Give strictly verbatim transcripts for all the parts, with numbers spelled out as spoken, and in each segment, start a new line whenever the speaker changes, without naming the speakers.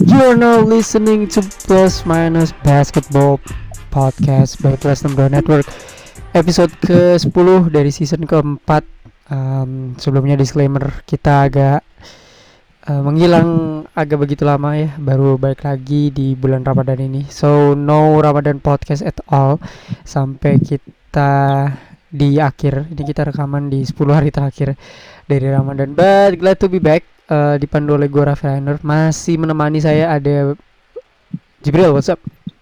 You're now listening to Plus Minus Basketball Podcast by Plus Number Network, episode ke sepuluh dari season keempat. Um, sebelumnya disclaimer, kita agak uh, menghilang agak begitu lama ya, baru balik lagi di bulan Ramadan ini. So no Ramadan podcast at all sampai kita di akhir. Ini kita rekaman di sepuluh hari terakhir dari Ramadan. But glad to be back. Uh, dipandu oleh gue Raffi Rainer. Masih menemani saya ada Jibril. What's up?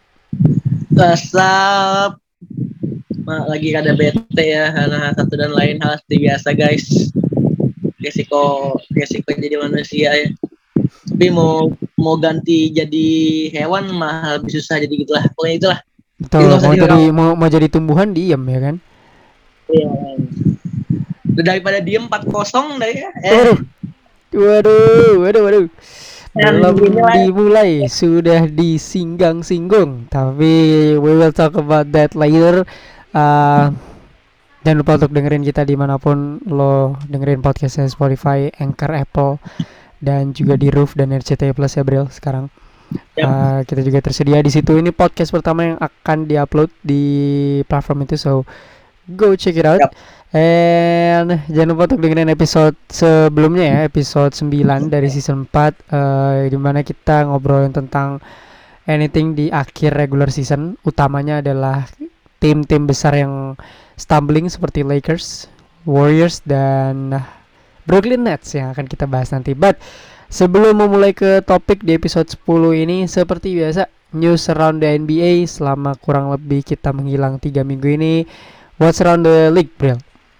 What's Ma, lagi ada bete ya, hal satu dan lain hal seperti biasa guys. Resiko resiko jadi manusia ya. Tapi mau mau ganti jadi hewan mah lebih susah, jadi gitulah. Pokoknya itulah.
Betul. Mau jadi mau, mau jadi tumbuhan diem ya kan?
Iya. Daripada diem empat kosong dari ya.
Eh. Waduh, waduh, waduh. Belum dimulai sudah disinggang-singgung. Tapi we will talk about that later. Uh, jangan lupa untuk dengerin kita dimanapun lo dengerin podcastnya, Spotify, Anchor, Apple, dan juga di Roof dan R C T I Plus ya Bril sekarang. Uh, kita juga tersedia di situ. Ini podcast pertama yang akan diupload di platform itu, so go check it out. Yep. And jangan lupa untuk dengerin episode sebelumnya ya, episode sembilan dari season empat, uh, dimana kita ngobrolin tentang anything di akhir regular season. Utamanya adalah tim-tim besar yang stumbling seperti Lakers, Warriors, dan Brooklyn Nets yang akan kita bahas nanti. But sebelum memulai ke topik di episode sepuluh ini, seperti biasa, news around the N B A selama kurang lebih kita menghilang tiga minggu ini. What's around the league, Bril?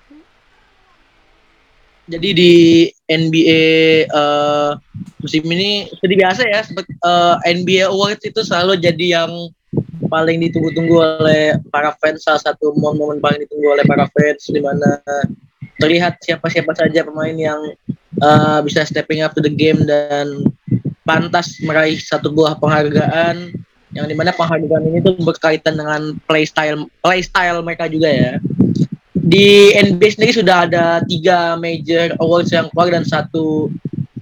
Jadi di N B A uh, musim ini seperti biasa ya, seperti uh, N B A Awards itu selalu jadi yang paling ditunggu-tunggu oleh para fans, salah satu momen-momen paling ditunggu oleh para fans, di mana terlihat siapa-siapa saja pemain yang uh, bisa stepping up to the game dan pantas meraih satu buah penghargaan, yang dimana penghargaan ini tuh berkaitan dengan playstyle playstyle mereka juga ya. Di N B A sendiri sudah ada tiga major awards yang keluar dan satu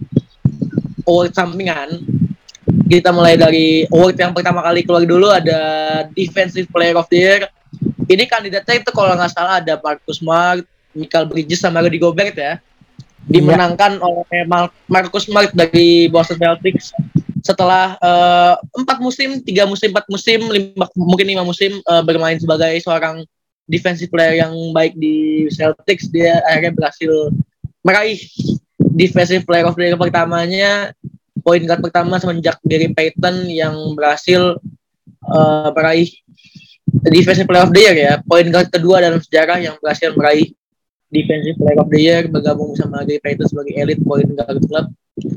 award sampingan. Kita mulai dari award yang pertama kali keluar dulu, ada Defensive Player of the Year. Ini kandidatnya itu kalau nggak salah ada Marcus Smart, Michael Bridges, sama Rudy Gobert ya. Dimenangkan yeah. oleh Marcus Smart dari Boston Celtics setelah uh, empat musim, tiga musim, empat musim, lima, mungkin lima musim uh, bermain sebagai seorang defensive player yang baik di Celtics. Dia akhirnya berhasil meraih Defensive Player of the Year pertamanya, point guard pertama semenjak Gary Payton yang berhasil uh, meraih Defensive Player of the Year ya. Point guard kedua dalam sejarah yang berhasil meraih Defensive Player of the Year, bergabung sama Gary Payton sebagai elite point guard club.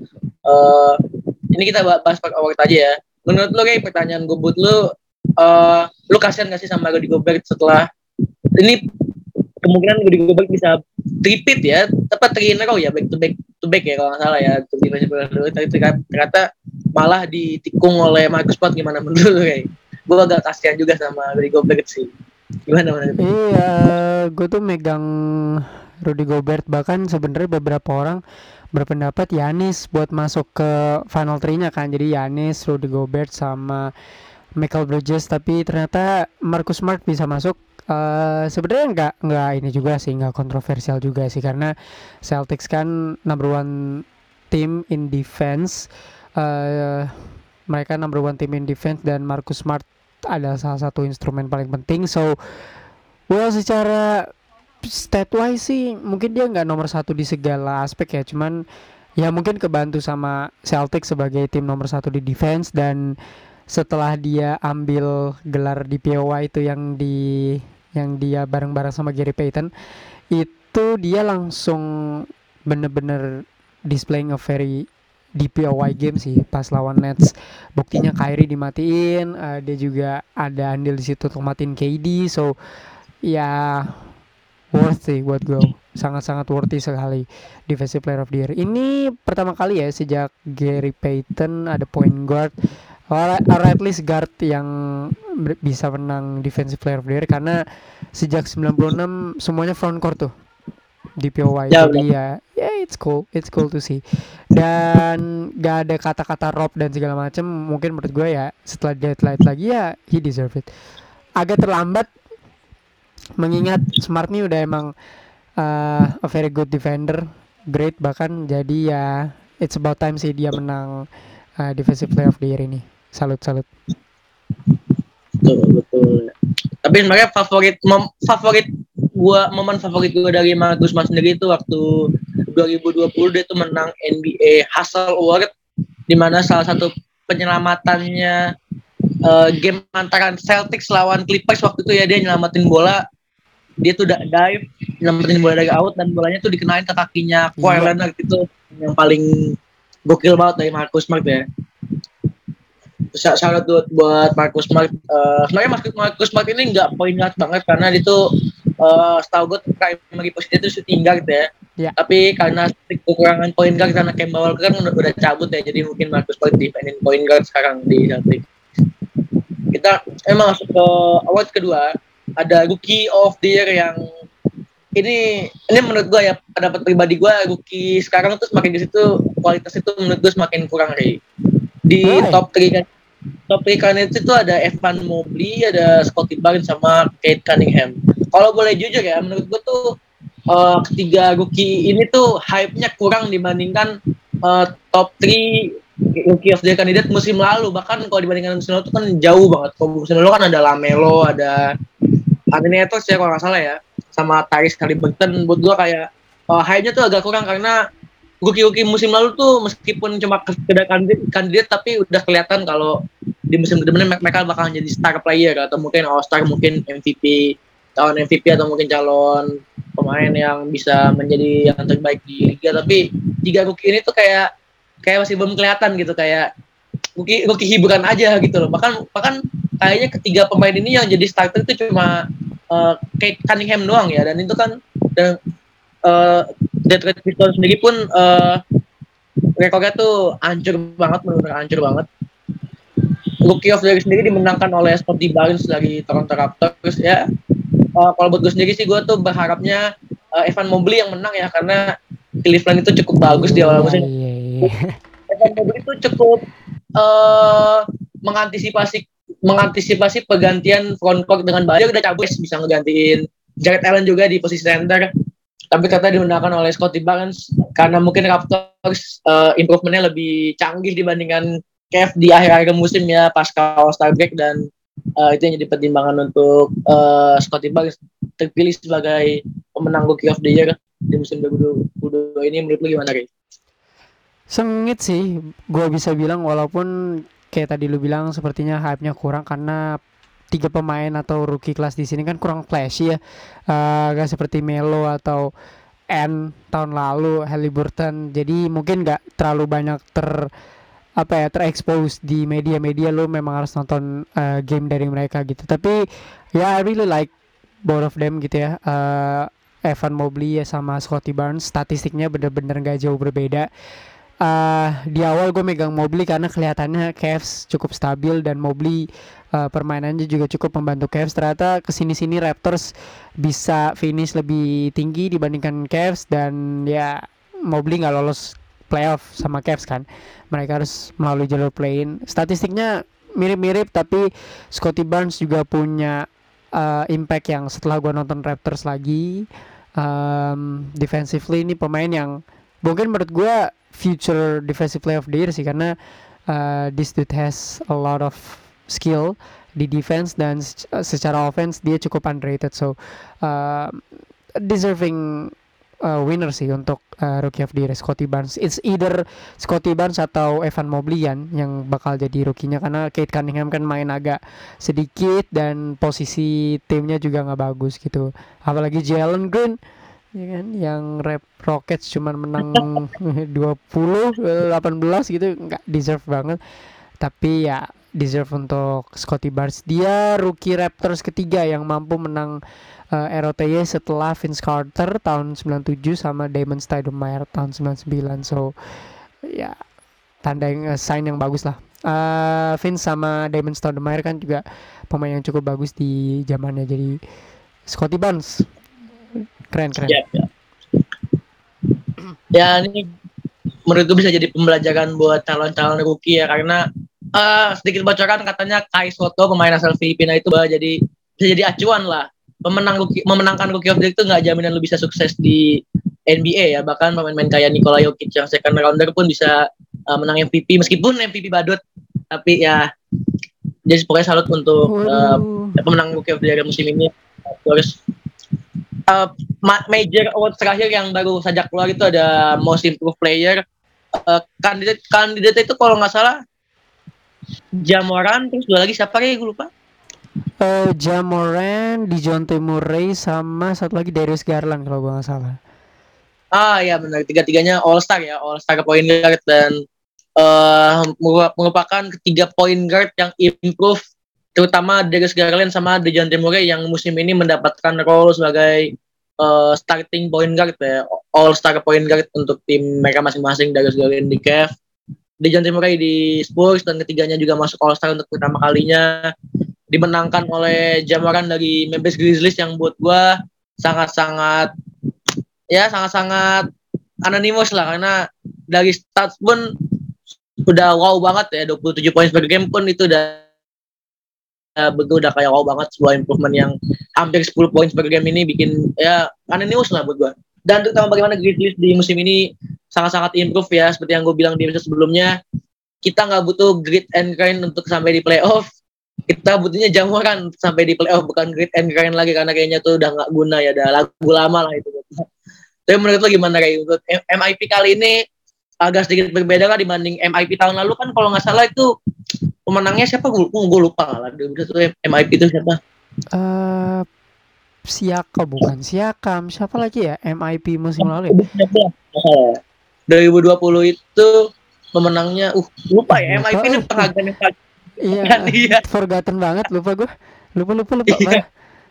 Uh, ini kita bahas per award aja ya. Menurut lo kayak pertanyaan gue buat lo, uh, lo kasihan gak sih sama Rudy Gobert setelah ini kemungkinan Rudy Gobert bisa repeat ya, tepat three in a row ya, back to back to back ya kalau nggak salah ya, untuk Defensive Player of the Year. Tapi ternyata malah ditikung oleh Marcus Smart. Gimana menurut lo kayak? Gue agak kasihan juga sama Rudy Gobert sih. Gimana menurut lo?
Iya, gue tuh megang Rudy Gobert, bahkan sebenarnya beberapa orang berpendapat Giannis buat masuk ke final three-nya kan. Jadi Giannis, Rudy Gobert sama Michael Bridges, tapi ternyata Marcus Smart bisa masuk. Uh, sebenarnya nggak nggak ini juga sih, nggak kontroversial juga sih, karena Celtics kan number one team in defense. Uh, mereka number one team in defense dan Marcus Smart adalah salah satu instrumen paling penting. So, well, secara stat wise sih mungkin dia nggak nomor satu di segala aspek ya, cuman ya mungkin kebantu sama Celtics sebagai tim nomor satu di defense. Dan setelah dia ambil gelar di P O Y itu yang di yang dia bareng-bareng sama Gary Payton, itu dia langsung bener-bener displaying a very D P O Y game sih pas lawan Nets. Buktinya Kyrie dimatiin, uh, dia juga ada andil di situ untuk matiin K D. So ya worthy buat gue, sangat-sangat worthy sekali Defensive Player of the Year. Ini pertama kali ya sejak Gary Payton ada point guard, or at least guard yang bisa menang Defensive Player of the Year, karena sejak sembilan puluh enam semuanya front court tuh. D P O Y.
Ya,
Jadi ya, ya yeah, it's cool, it's cool to see. Dan gak ada kata-kata rob dan segala macam. Mungkin menurut gue ya setelah deadlight lagi ya he deserve it. Agak terlambat mengingat Smart nih udah emang uh, a very good defender, great bahkan. Jadi ya it's about time sih dia menang uh, defensive player of the year ini. Salut salut.
betul betul. Tapi sebenarnya favorit mom, favorit gua momen favorit gua dari Marcus Smart sendiri itu waktu dua ribu dua puluh dia tuh menang N B A Hustle Award, di mana salah satu penyelamatannya uh, game antara Celtics lawan Clippers waktu itu ya, dia nyelamatin bola, dia tuh dive nyelamatin bola dari out dan bolanya tuh dikenain ke kakinya Kawhi
Iya.
Leonard, gitu yang paling gokil banget dari Marcus Smart ya. Syarat buat buat Marcus Smart. Uh, sebenarnya Marcus, Marcus Smart ini nggak point guard banget karena dia tuh uh, setahu gue primary position itu shooting guard ya.
Ya.
Tapi karena kekurangan point guard karena Kemba Walker kan udah, udah cabut ya, jadi mungkin Marcus Smart dimainin point guard sekarang di Celtics. Kita emang masuk ke award kedua, ada Rookie of the Year yang ini ini menurut gue ya, pendapat pribadi gue, rookie sekarang tuh semakin di situ kualitas itu menurut gue semakin kurang Ray. Di
Why?
top tiga kan, top tiga kandidat itu ada Evan Mobley, ada Scottie Barnes sama Kate Cunningham. Kalau boleh jujur ya, menurut gue tuh uh, ketiga rookie ini tuh hype-nya kurang dibandingkan uh, top tiga rookie of the kandidat musim lalu. Bahkan kalau dibandingkan musim lalu tuh kan jauh banget. Kalau musim lalu kan ada Lamelo, ada Anthony Edwards ya kalau nggak salah ya, sama Tyrese Haliburton. Buat gue kayak uh, hype-nya tuh agak kurang karena rookie-rookie musim lalu tuh meskipun cuma sekedar kandidat, kandidat tapi udah kelihatan kalau di musim kedepannya mereka bakal jadi star player atau mungkin all star, mungkin M V P, calon M V P atau mungkin calon pemain yang bisa menjadi yang terbaik di liga. Tapi tiga rookie ini tuh kayak kayak masih belum kelihatan gitu, kayak rookie rookie hiburan aja gitu loh. Bahkan bahkan kayaknya ketiga pemain ini yang jadi starter itu cuma uh, Kate Cunningham doang ya, dan itu kan dan uh, Detroit Pistons sendiri pun uh, rekornya tuh hancur banget, benar-benar hancur banget. Rookie of the Year sendiri dimenangkan oleh Scottie Barnes dari Toronto Raptors ya. Uh, kalau buat gue sendiri sih, gue tuh berharapnya uh, Evan Mobley yang menang ya, karena Cleveland itu cukup bagus
Iya,
di awal
iya,
musim.
iya, iya.
Evan Mobley itu cukup uh, mengantisipasi mengantisipasi pergantian front court dengan baik. Dia udah cabut bisa ngegantiin Jared Allen juga di posisi center. Tapi ternyata dimenangkan oleh Scottie Barnes karena mungkin Raptors uh, improvementnya lebih canggih dibandingkan Cavs di akhir-akhir musim ya, pasca All-Star break, dan uh, itu yang jadi pertimbangan untuk uh, Scottie Barnes terpilih sebagai pemenang Rookie of the Year di musim dua ribu dua puluh dua ini. Menurut lu gimana, Ri?
Sengit sih, gue bisa bilang, walaupun kayak tadi lu bilang sepertinya hype-nya kurang karena tiga pemain atau rookie kelas di sini kan kurang flashy ya. Uh, gak seperti Melo atau N tahun lalu, Haliburton. Jadi mungkin gak terlalu banyak ter apa ya terekspos di media-media. Lu memang harus nonton uh, game dari mereka gitu. Tapi ya yeah, I really like both of them gitu ya. Uh, Evan Mobley ya sama Scottie Barnes, statistiknya bener-bener gak jauh berbeda. Uh, di awal gue megang Mobley karena kelihatannya Cavs cukup stabil dan Mobley uh, permainannya juga cukup membantu Cavs. Ternyata kesini-sini Raptors bisa finish lebih tinggi dibandingkan Cavs, dan ya Mobley nggak lolos playoff sama Cavs kan. Mereka harus melalui jalur play-in. Statistiknya mirip-mirip, tapi Scottie Barnes juga punya uh, impact yang setelah gue nonton Raptors lagi. Um, defensively ini pemain yang mungkin menurut gue future defensive player of the year sih, karena uh, this dude has a lot of skill di defense dan secara offense dia cukup underrated, so uh, deserving uh, winner sih untuk uh, rookie of the year Scottie Barnes. It's either Scottie Barnes atau Evan Mobley kan yang bakal jadi rookie-nya, karena Kate Cunningham kan main agak sedikit dan posisi timnya juga nggak bagus gitu, apalagi Jalen Green ya kan, yang Rap Rockets cuman menang dua puluh delapan belas gitu, nggak deserve banget. Tapi ya deserve untuk Scottie Barnes. Dia rookie Raptors ketiga yang mampu menang uh, R O T Y setelah Vince Carter tahun sembilan puluh tujuh sama Damon Stoudemire tahun sembilan puluh sembilan. So ya tanda yang uh, sign yang bagus lah. Uh, Vince sama Damon Stoudemire kan juga pemain yang cukup bagus di zamannya. Jadi Scottie Barnes keren keren.
Ya, ya. Ya ini menurut gue bisa jadi pembelajaran buat calon-calon rookie ya, karena uh, sedikit bocoran katanya Kai Soto pemain asal Filipina itu bah, jadi bisa jadi acuan lah. Pemenang rookie, memenangkan Rookie of the Year itu nggak jaminan lu bisa sukses di N B A ya, bahkan pemain-pemain kayak Nikola Jokic yang second rounder pun bisa uh, menang M V P meskipun M V P badut, tapi ya jadi pokoknya salut untuk uh,
Waduh.
pemenang Rookie of the Year musim ini. Terus uh, major award terakhir yang baru saja keluar itu ada Most Improved Player. Uh, kandidat kandidat itu kalau nggak salah Jamoran, terus dua lagi siapa ya gue lupa.
Uh, Ja Morant, DeJounte Murray, sama satu lagi Darius Garland kalau gue nggak salah.
Ah ya benar, tiga-tiganya All Star ya, All Star point guard dan uh, merupakan ketiga point guard yang improve, terutama Darius Garland sama DeJounte Murray yang musim ini mendapatkan role sebagai uh, starting point guard ya, All Star point guard untuk tim mereka masing-masing. Darius Garland di Cavs, DeJounte Murray di Spurs, dan ketiganya juga masuk All Star untuk pertama kalinya, dimenangkan oleh Jamoran dari Memphis Grizzlies yang buat gue sangat-sangat ya sangat-sangat anonymous lah, karena dari stats pun udah wow banget ya, dua puluh tujuh poin per game pun itu udah betul udah kayak wow banget, sebuah improvement yang hampir sepuluh poin per game ini bikin ya anonymous lah buat gue. Dan terutama bagaimana Grizzlies di musim ini sangat-sangat improve ya, seperti yang gue bilang di episode sebelumnya, kita nggak butuh grit and grind untuk sampai di playoff, kita butuhnya Jamoran sampai di playoff, bukan grit and grind lagi, karena kayaknya tuh udah nggak guna ya, udah lagu lama lah itu. Tapi menurut lo gimana kayak untuk M I P kali ini agak sedikit berbeda kan dibanding M I P tahun lalu kan, kalau nggak salah itu pemenangnya siapa, gue, gue lupa lah itu M I P itu siapa.
Uh, Siakam bukan Siakam, siapa lagi ya M I P musim lalu ya?
dua ribu dua puluh itu pemenangnya uh lupa ya,
lupa,
M I P ini
uh,
penghargaan yang paling
iya,
iya.
forgotten banget, lupa gue, lupa lupa lupa parah.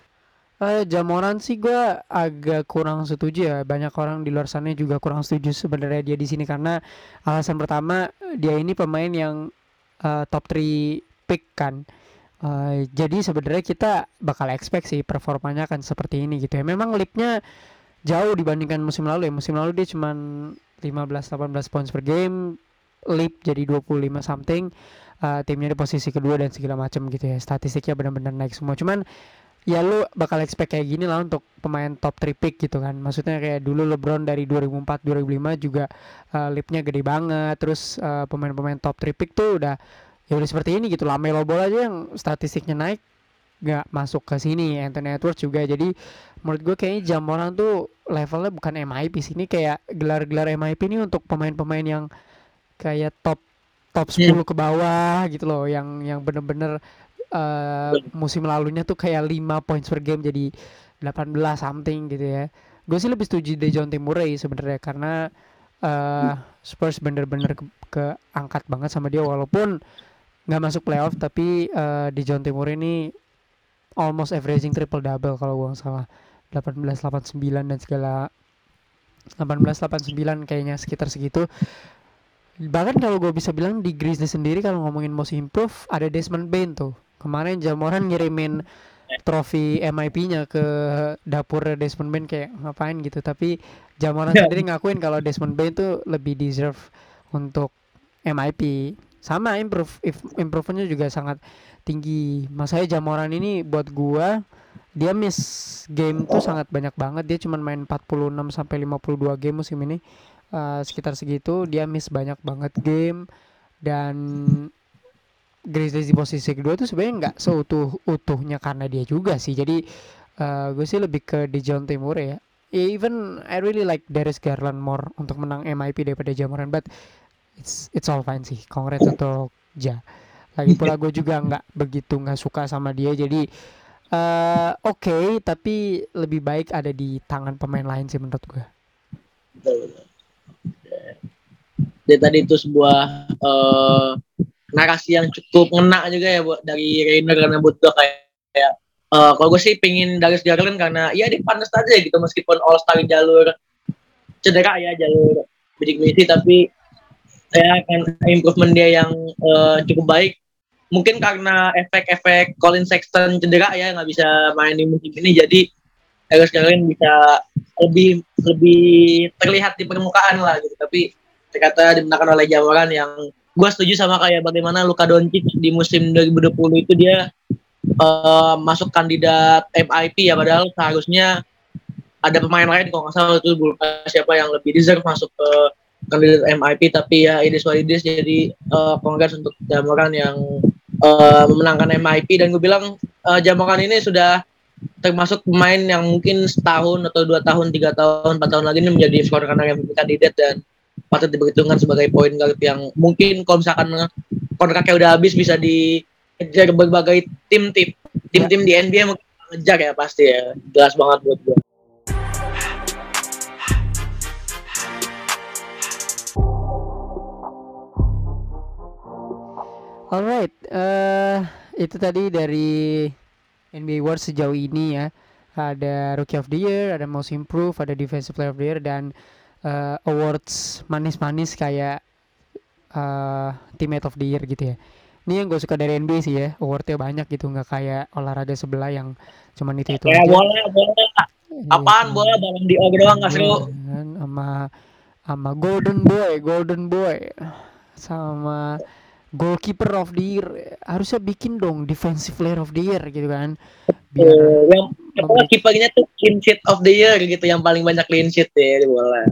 Uh, Jamoran sih gue agak kurang setuju ya. Banyak orang di luar sana juga kurang setuju sebenarnya dia di sini, karena alasan pertama, dia ini pemain yang uh, top tiga pick kan. Uh, jadi sebenarnya kita bakal expect sih performanya akan seperti ini gitu ya. Memang leapnya jauh dibandingkan musim lalu ya. Musim lalu dia cuma lima belas delapan belas points per game, leap jadi dua puluh lima something. Uh, timnya di posisi kedua dan segala macam gitu ya. Statistiknya benar-benar naik semua. Cuman ya lu bakal expect kayak gini lah untuk pemain top tiga pick gitu kan. Maksudnya kayak dulu LeBron dari dua ribu empat dua ribu lima juga uh, leapnya gede banget. Terus uh, pemain-pemain top tiga pick tuh udah ya udah seperti ini gitu. LaMelo Ball aja yang statistiknya naik nggak masuk ke sini. Anthony Edwards juga. Jadi menurut gue kayaknya Jamoran tuh levelnya bukan M I P sini, kayak gelar-gelar M I P ini untuk pemain-pemain yang kayak top top sepuluh ke bawah gitu loh, yang yang bener-bener uh, musim lalunya tuh kayak lima points per game jadi delapan belas something gitu ya. Gue sih lebih setuju DeJounte Murray sebenarnya, karena uh, Spurs bener-bener ke, keangkat banget sama dia, walaupun nggak masuk playoff, tapi uh, DeJounte Murray ini almost averaging triple double kalau gue nggak salah, delapan belas delapan sembilan dan segala, delapan belas delapan sembilan kayaknya sekitar segitu. Bahkan kalau gue bisa bilang di Grizzlies sendiri kalau ngomongin most improve ada Desmond Bane tuh. Kemarin Jamoran ngirimin trofi M I P-nya ke dapur Desmond Bane, kayak ngapain gitu. Tapi Jamoran sendiri ngakuin kalau Desmond Bane tuh lebih deserve untuk M I P. Sama improve, improve-nya juga sangat tinggi. Masanya Jamoran ini buat gua, dia miss game tuh sangat banyak banget. Dia cuma main empat puluh enam sampai lima puluh dua game musim ini. Uh, sekitar segitu, dia miss banyak banget game. Dan Grizzlies di posisi kedua tuh sebenarnya nggak seutuh utuhnya karena dia juga sih. Jadi uh, gue sih lebih ke DeJounte Murray ya. Even I really like Darius Garland more untuk menang M I P daripada Jamoran, but it's it's all fine sih. Congrats untuk Ja. Lagi pula gue juga nggak begitu nggak suka sama dia, jadi uh, oke, okay, tapi lebih baik ada di tangan pemain lain sih menurut gue.
Jadi tadi itu sebuah uh, narasi yang cukup ngena juga ya buat dari Rainer, karena buat gue kayak, kayak uh, kalau gue sih pengen Darius Garland karena ya dia panas aja gitu, meskipun All Star jalur cedera ya, jalur bidik misi, tapi ya kan improvement dia yang uh, cukup baik. Mungkin karena efek-efek Colin Sexton cedera ya, nggak bisa main di musim ini, jadi Darius Garland bisa lebih lebih terlihat di permukaan lah gitu. Tapi ternyata dimenangkan oleh Ja Morant yang gue setuju sama kayak bagaimana Luka Doncic di musim dua ribu dua puluh itu dia uh, masuk kandidat M I P ya, padahal seharusnya ada pemain lain kalau nggak salah itu lupa siapa yang lebih deserve masuk ke kandidat M I P, tapi ya ini soal ini jadi uh, congrats untuk Ja Morant yang uh, memenangkan M I P. Dan gue bilang uh, Ja Morant ini sudah termasuk pemain yang mungkin setahun atau dua tahun, tiga tahun, empat tahun lagi ini menjadi skor karena M V P kandidat dan patut diperhitungkan sebagai point guard yang mungkin kalau misalkan kontraknya udah habis bisa dikejar berbagai tim-tim tim-tim di N B A mungkin ngejar ya pasti ya, jelas banget buat gue.
Alright, uh, itu tadi dari N B A Awards sejauh ini ya. Ada Rookie of the Year, ada Most Improved, ada Defensive Player of the Year, dan uh, awards manis-manis kayak uh, Teammate of the Year gitu ya. Ini yang gue suka dari N B A sih ya, awardnya banyak gitu, nggak kayak olahraga sebelah yang cuman itu itu
ya,
aja.
Boleh, boleh. Apaan ya, bola Ballon d'Or doang nggak seru.
Kan sama sama Golden Boy, Golden Boy, sama Goalkeeper of the Year. Harusnya bikin dong Defensive Player of the Year gitu kan, biar
uh, yang
memberi...
kipernya tuh clean sheet of the year gitu, yang paling banyak clean sheet ya di bola.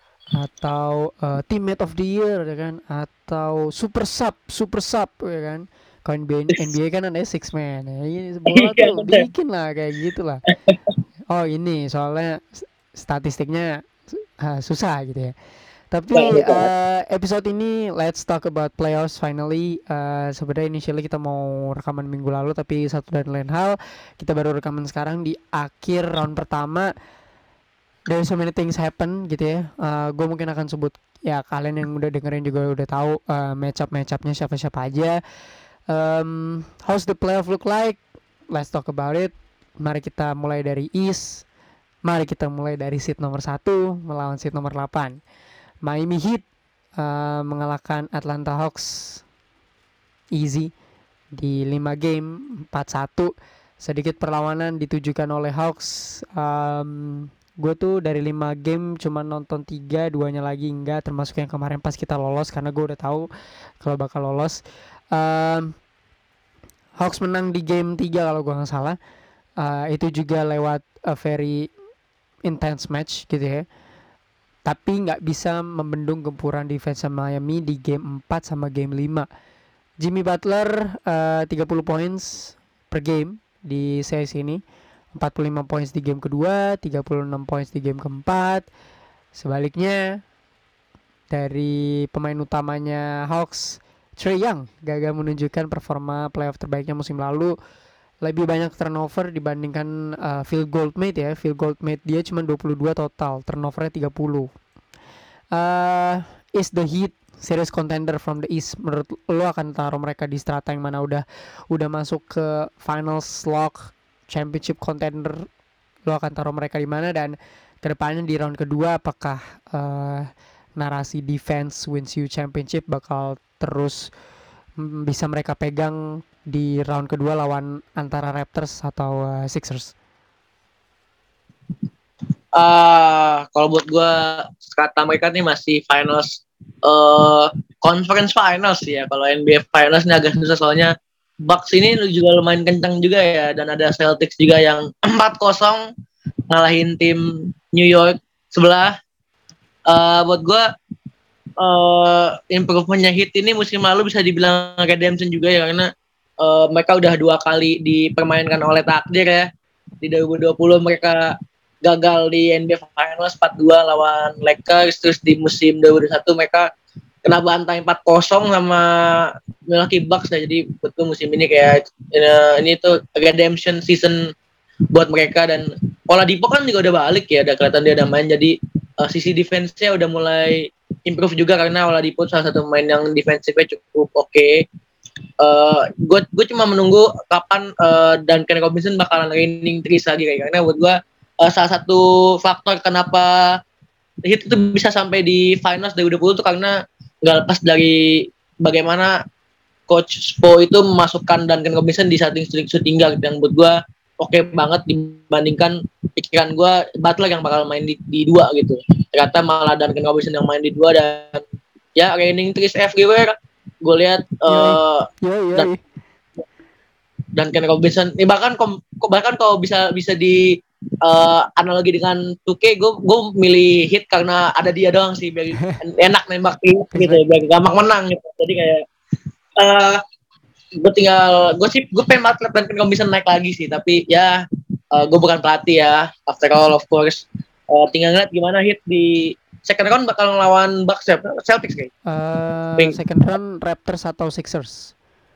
Atau uh, Teammate of the Year ya kan, atau Super Sub, Super Sub ya kan. Kalau N B A kan ada six man ya, ini bola tuh bikin lah kayak gitulah. Oh ini soalnya statistiknya uh, susah gitu ya. Tapi uh, episode ini let's talk about playoffs finally. Uh, sebenarnya initially kita mau rekaman minggu lalu, tapi satu dan lain hal kita baru rekaman sekarang di akhir round pertama. There's so many things happen gitu ya. Uh, gue mungkin akan sebut ya, kalian yang udah dengerin juga udah tahu uh, matchup matchupnya siapa-siapa aja. Um, how's the playoff look like? Let's talk about it. Mari kita mulai dari East. Mari kita mulai dari seed nomor satu melawan seed nomor delapan. Miami Heat uh, mengalahkan Atlanta Hawks easy di lima game empat satu. Sedikit perlawanan ditujukan oleh Hawks. Um, gue tuh dari lima game cuma nonton tiga, duanya lagi enggak, termasuk yang kemarin pas kita lolos karena gue udah tahu kalau bakal lolos. Um, Hawks menang di game tiga kalau gue nggak salah. Uh, itu juga lewat a very intense match gitu ya. Tapi nggak bisa membendung gempuran defense Miami di game empat sama game lima. Jimmy Butler uh, tiga puluh points per game di series ini, empat puluh lima points di game kedua, tiga puluh enam points di game keempat. Sebaliknya dari pemain utamanya Hawks, Trae Young gagal menunjukkan performa playoff terbaiknya musim lalu. Lebih banyak turnover dibandingkan uh, field goal made ya. Field goal made dia cuma dua puluh dua total, turnovernya tiga puluh. Uh, is the Heat serious contender from the East? Menurut lo akan taruh mereka di strata yang mana? Udah udah masuk ke final slot championship contender, lo akan taruh mereka di mana? Dan kedepannya di round kedua apakah uh, narasi defense wins you championship bakal terus mm, bisa mereka pegang di round kedua lawan antara Raptors atau uh, Sixers?
Ah, uh, kalau buat gue kata mereka nih masih finals, uh, conference finals ya. Kalau N B A finals ini agak susah soalnya Bucks ini juga lumayan kencang juga ya, dan ada Celtics juga yang empat kosong ngalahin tim New York sebelah. Uh, buat gue uh, improvementnya Heat ini musim lalu bisa dibilang redemption juga ya, karena uh, mereka udah dua kali dipermainkan oleh takdir ya. Di dua ribu dua puluh mereka gagal di N B A Finals empat dua lawan Lakers, terus di musim dua ribu dua puluh satu mereka kena bantai empat kosong sama Milwaukee Bucks. Nah, jadi betul musim ini kayak uh, ini tuh redemption season buat mereka. Dan Oladipo kan juga udah balik ya, udah kelihatan dia udah main, jadi uh, sisi defense-nya udah mulai improve juga karena Oladipo salah satu pemain yang defensifnya cukup oke. Okay. Gue uh, gue cuma menunggu kapan uh, Duncan Robinson bakalan reigning threes lagi kayak, karena buat gue uh, salah satu faktor kenapa Heat itu bisa sampai di finals dua ribu dua puluh itu karena nggak lepas dari bagaimana Coach Spo itu memasukkan Duncan Robinson di starting shooting guard, yang buat gue oke banget dibandingkan pikiran gue Butler yang bakal main di, di dua gitu. Ternyata malah Duncan Robinson yang main di dua dan ya reigning threes everywhere. Gue lihat
Yoi,
uh,
yoi,
dan
yoi.
Duncan Robinson ini bahkan kom, bahkan kalau bisa bisa di uh, analogi dengan two K gue gue milih hit karena ada dia doang sih biar enak nembak gitu
Respect.
biar gampang menang gitu. Jadi kayak uh, gue tinggal gue sih gue pengen banget dan pengen bisa naik lagi sih tapi ya uh, gue bukan pelatih ya after all of course uh, tinggal ngeliat gimana hit di second round bakal ngelawan Bucks ya Celtics kayak
Uh,
Pink
second round Raptors atau Sixers?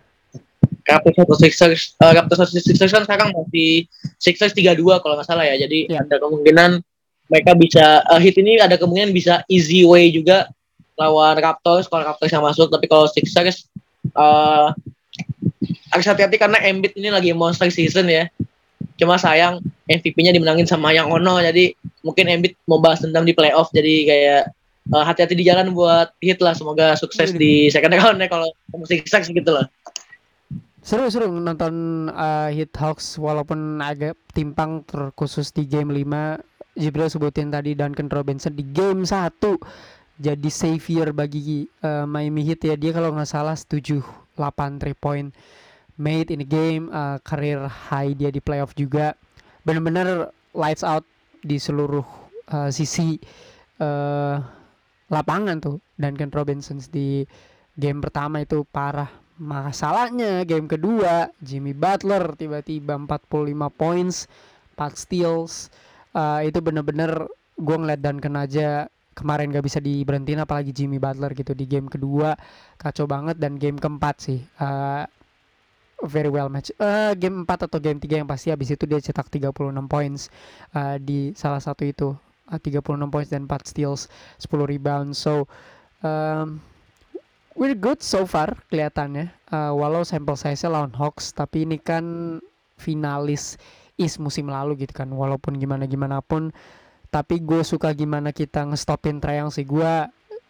Raptors atau Sixers uh, Raptors atau Sixers kan sekarang masih Sixers tiga dua kalau nggak salah ya jadi
Ya.
ada kemungkinan mereka bisa uh, hit ini ada kemungkinan bisa easy way juga lawan Raptors kalau Raptors yang masuk tapi kalau Sixers uh, harus hati-hati karena Embiid ini lagi monster season ya. Cuma sayang M V P-nya dimenangin sama yang Ono jadi mungkin Embiid mau balas dendam di playoff jadi kayak uh, hati-hati di jalan buat hit lah semoga sukses
Waduh.
di second round ya kalau musik sukses gitu lah.
Seru-seru nonton uh, Heat Hawks walaupun agak timpang terkhusus di game lima. Jibril sebutin tadi Duncan Robinson di game satu jadi savior bagi uh, Miami Heat ya. Dia kalau nggak salah tujuh delapan three point made in the game, uh, career high dia di playoff juga. Benar-benar lights out di seluruh uh, sisi uh, lapangan tuh Duncan Robinson di game pertama itu parah. Masalahnya game kedua Jimmy Butler tiba-tiba empat puluh lima points, empat steals. Uh, itu bener-bener gue ngeliat Duncan aja kemarin gak bisa diberhentiin apalagi Jimmy Butler gitu di game kedua kacau banget dan game keempat sih uh, very well match. Uh, game empat atau game tiga yang pasti habis itu dia cetak tiga puluh enam points uh, di salah satu itu. Uh, tiga puluh enam points dan empat steals, sepuluh rebound. So um, we're good so far kelihatannya. Uh, walau sampel size-nya lawan Hawks, tapi ini kan finalis East musim lalu gitu kan. Walaupun gimana-gimana pun, tapi gue suka gimana kita ngestopin Trae Young sih. Gue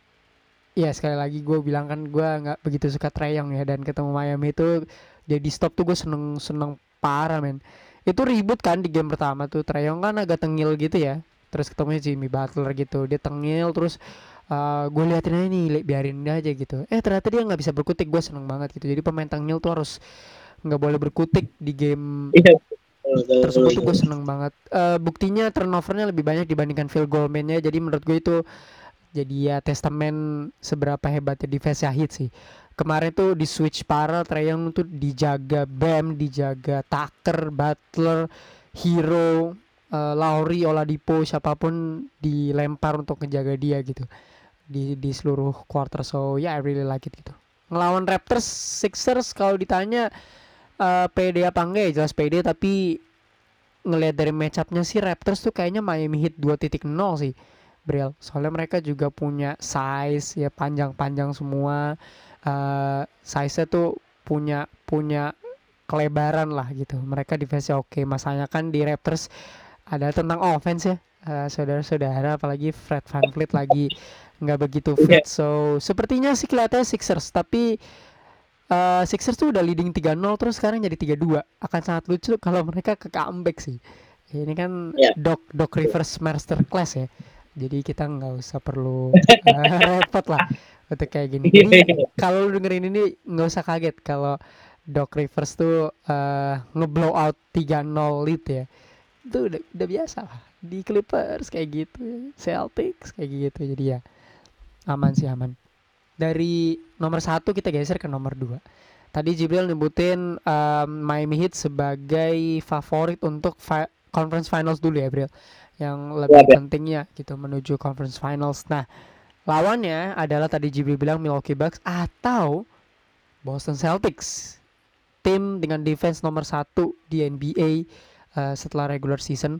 ya sekali lagi gue bilang kan gue nggak begitu suka Trae Young ya, dan ketemu Miami itu jadi stop tuh gue seneng seneng parah men. Itu ribut kan di game pertama tuh, Trae Young kan agak tengil gitu ya, terus ketemunya Jimmy Butler gitu, dia tengil terus uh, gue liatin aja nih biarin aja gitu, eh ternyata dia nggak bisa berkutik. Gue seneng banget gitu, jadi pemain tengil tuh harus nggak boleh berkutik di game
Iya.
tersebut tuh gue seneng banget. Uh, buktinya turnovernya lebih banyak dibandingkan field goal mainnya, jadi menurut gue itu jadi ya testamen seberapa hebatnya defense Heat sih. Kemarin tuh di switch parah, Trae Young tuh dijaga Bam, dijaga Tucker, Butler, Hero, uh, Lowry, Oladipo, siapapun dilempar untuk ngejaga dia gitu di di seluruh quarter. So yeah, I really like it gitu. Ngelawan Raptors, Sixers kalau ditanya uh, pede apa enggak ya jelas pede, tapi ngelihat dari matchupnya sih Raptors tuh kayaknya Miami Heat dua titik nol sih Bril, soalnya mereka juga punya size ya, panjang-panjang semua. Uh, size-nya tuh punya punya kelebaran lah gitu, mereka defense oke. Masanya kan di Raptors ada tentang offense ya, uh, saudara-saudara, apalagi Fred VanVleet lagi nggak begitu fit. So sepertinya sih kelihatannya Sixers, tapi uh, Sixers tuh udah leading tiga nol terus sekarang jadi tiga dua. Akan sangat lucu kalau mereka ke comeback sih. Ini kan
Ya.
Doc Doc Rivers master class ya. Jadi kita nggak usah perlu uh, repot lah untuk kayak gini. Jadi kalau lu dengerin ini nggak usah kaget kalau Doc Rivers tuh uh, ngeblow out tiga nol lead ya. Itu udah, udah biasa lah. Di Clippers kayak gitu, Celtics kayak gitu. Jadi ya aman sih, aman. Dari nomor satu kita geser ke nomor dua. Tadi Jibril nyebutin um, Miami Heat sebagai favorit untuk fi- conference finals dulu ya, Bril. Yang lebih
Ya,
pentingnya gitu menuju conference finals. Nah, lawannya adalah tadi Jibril bilang Milwaukee Bucks atau Boston Celtics. Tim dengan defense nomor satu di N B A uh, setelah regular season.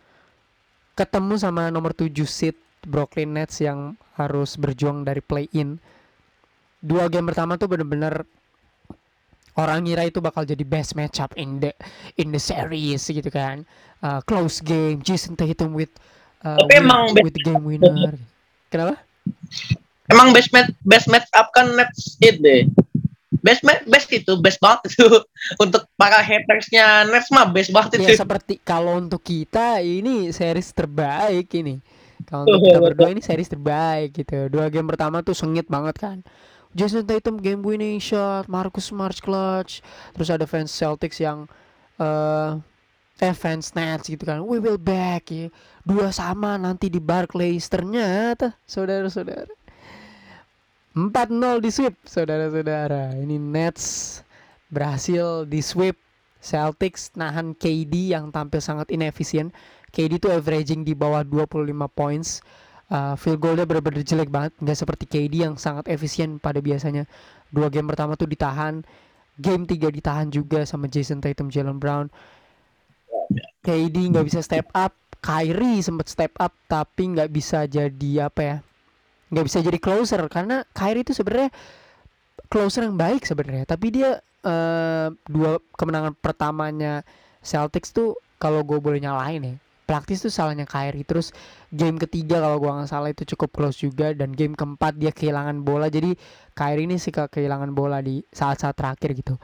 Ketemu sama nomor tujuh seed Brooklyn Nets yang harus berjuang dari play-in. Dua game pertama tuh bener-bener orang ngira itu bakal jadi best matchup in the in the series gitu kan. Uh, close game, Jason Tatum with uh,
tapi
with
emang best,
with the game winner. Kenapa?
emang best match best match up kan Nets it deh best best itu best banget itu untuk para hatersnya Nets mah best banget
Ya
itu.
seperti kalau untuk kita ini series terbaik ini. Kalau untuk kita berdua ini series terbaik gitu. Dua game pertama tuh sengit banget kan. Jason Tatum game winning shot, Marcus Smart clutch, terus ada fans Celtics yang eh eh fans Nets gitu kan. We will back ya. Dua sama nanti di Barclays, ternyata saudara-saudara empat nol di sweep saudara-saudara. Ini Nets berhasil di sweep. Celtics nahan K D yang tampil sangat inefisien. K D tuh averaging di bawah dua puluh lima points. Uh, field goalnya benar-benar jelek banget, nggak seperti K D yang sangat efisien pada biasanya. Dua game pertama tuh ditahan, game tiga ditahan juga sama Jason Tatum, Jalen Brown. K D nggak bisa step up, Kyrie sempat step up tapi nggak bisa jadi apa ya, nggak bisa jadi closer karena Kyrie itu sebenarnya closer yang baik sebenarnya, tapi dia uh, dua kemenangan pertamanya Celtics tuh kalau gue boleh nyalain ya, praktis tuh salahnya Kyrie. Terus game ketiga kalau gue nggak salah itu cukup close juga, dan game keempat dia kehilangan bola, jadi Kyrie ini sih kehilangan bola di saat-saat terakhir gitu.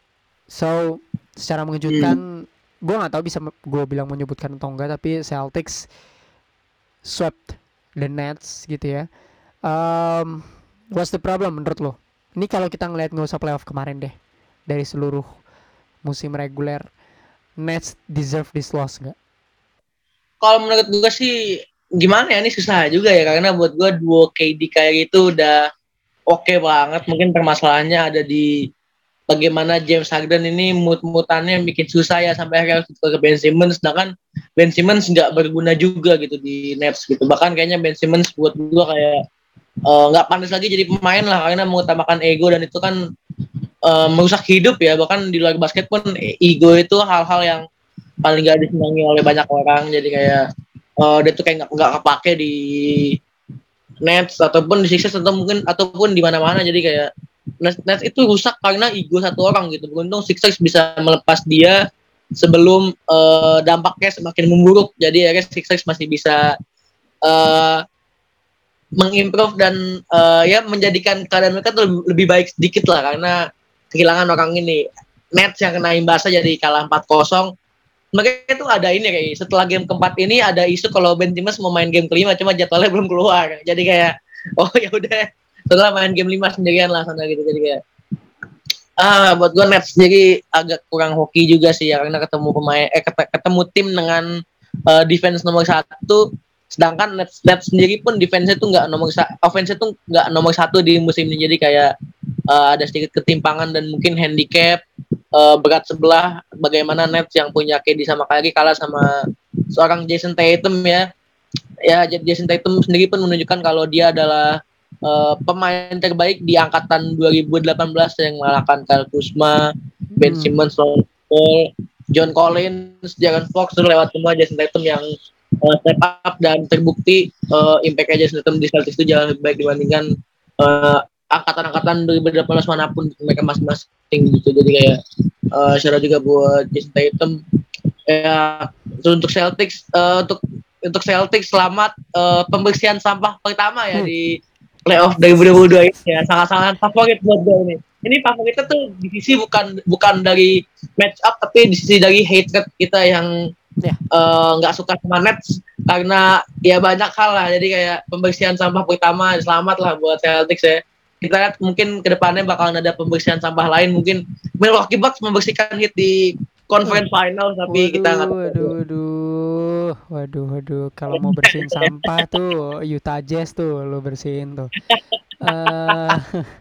So secara mengejutkan,
Hmm.
gue nggak tahu bisa gue bilang menyebutkan atau enggak, tapi Celtics swept the Nets gitu ya. Um, what's the problem menurut lo? Ini kalau kita ngeliat nggak usah playoff kemarin deh, dari seluruh musim reguler, Nets deserve this loss nggak?
Kalau menurut gue sih gimana ya, ini susah juga ya karena buat gue duo K D kayak itu udah oke okay banget. Mungkin permasalahannya ada di bagaimana James Harden ini mood-mutannya bikin susah ya sampai akhirnya harus ke Ben Simmons, sedangkan Ben Simmons nggak berguna juga gitu di Nets gitu. Bahkan kayaknya Ben Simmons buat gue kayak nggak uh, pantas lagi jadi pemain lah karena mengutamakan ego, dan itu kan uh, merusak hidup ya. Bahkan di luar basket pun ego itu hal-hal yang paling gak disenangi oleh banyak orang. Jadi kayak uh, dia tuh kayak nggak nggak kepake di Nets ataupun di Sixers atau mungkin ataupun di mana-mana. Jadi kayak Nets, Nets itu rusak karena ego satu orang gitu. Beruntung Sixers bisa melepas dia sebelum uh, dampaknya semakin memburuk. Jadi ya Sixers masih bisa uh, mengimprove dan uh, ya menjadikan keadaan mereka tuh lebih baik sedikit lah karena kehilangan orang ini. Nets yang kena imbasnya jadi kalah empat kosong. Makanya itu ada ini kayak setelah game keempat ini ada isu kalau Ben Simmons mau main game kelima cuma jadwalnya belum keluar. Jadi kayak oh ya udah setelah main game lima sendirian lah sana gitu. Jadi kayak ah buat gue Nets jadi agak kurang hoki juga sih ya karena ketemu pemain eh ketemu tim dengan uh, defense nomor satu, sedangkan Nets, Nets sendiri pun defense-nya tuh nggak nomor satu, offense-nya tuh nggak nomor satu di musim ini. Jadi kayak uh, ada sedikit ketimpangan dan mungkin handicap uh, berat sebelah bagaimana Nets yang punya K D sama Kyrie kalah sama seorang Jason Tatum ya. Ya Jason Tatum sendiri pun menunjukkan kalau dia adalah uh, pemain terbaik di angkatan dua ribu delapan belas yang mengalahkan Kyle Kuzma, Ben
Hmm.
Simmons, Paul, John Collins, Jaren Fox itu lewat semua Jason Tatum yang uh, step up dan terbukti uh, impact Jason Tatum di Celtics itu jauh lebih baik dibandingkan uh, angkatan-angkatan dua ribu delapan belas manapun mereka masing-masing gitu. Jadi kayak uh, syarat juga buat Jason Tatum ya. Untuk Celtics uh, untuk untuk Celtics selamat uh, pembersihan sampah pertama ya
Hmm.
di playoff dua ribu dua puluh dua ini ya, sangat-sangat favorit buat gue ini. Ini favoritnya tuh di sisi bukan bukan dari match up tapi di sisi dari hatred kita yang
Ya.
nggak uh, suka sama Nets karena ya banyak hal lah. Jadi kayak pembersihan sampah pertama selamat lah buat Celtics ya. Kita lihat mungkin kedepannya bakalan ada pembersihan sampah lain, mungkin Milwaukee Bucks membersihkan hit di conference final tapi kita nggak
Waduh, waduh,
tahu.
waduh, waduh, waduh. Kalau mau bersihin sampah tuh Utah Jazz tuh lo bersihin tuh. Eh,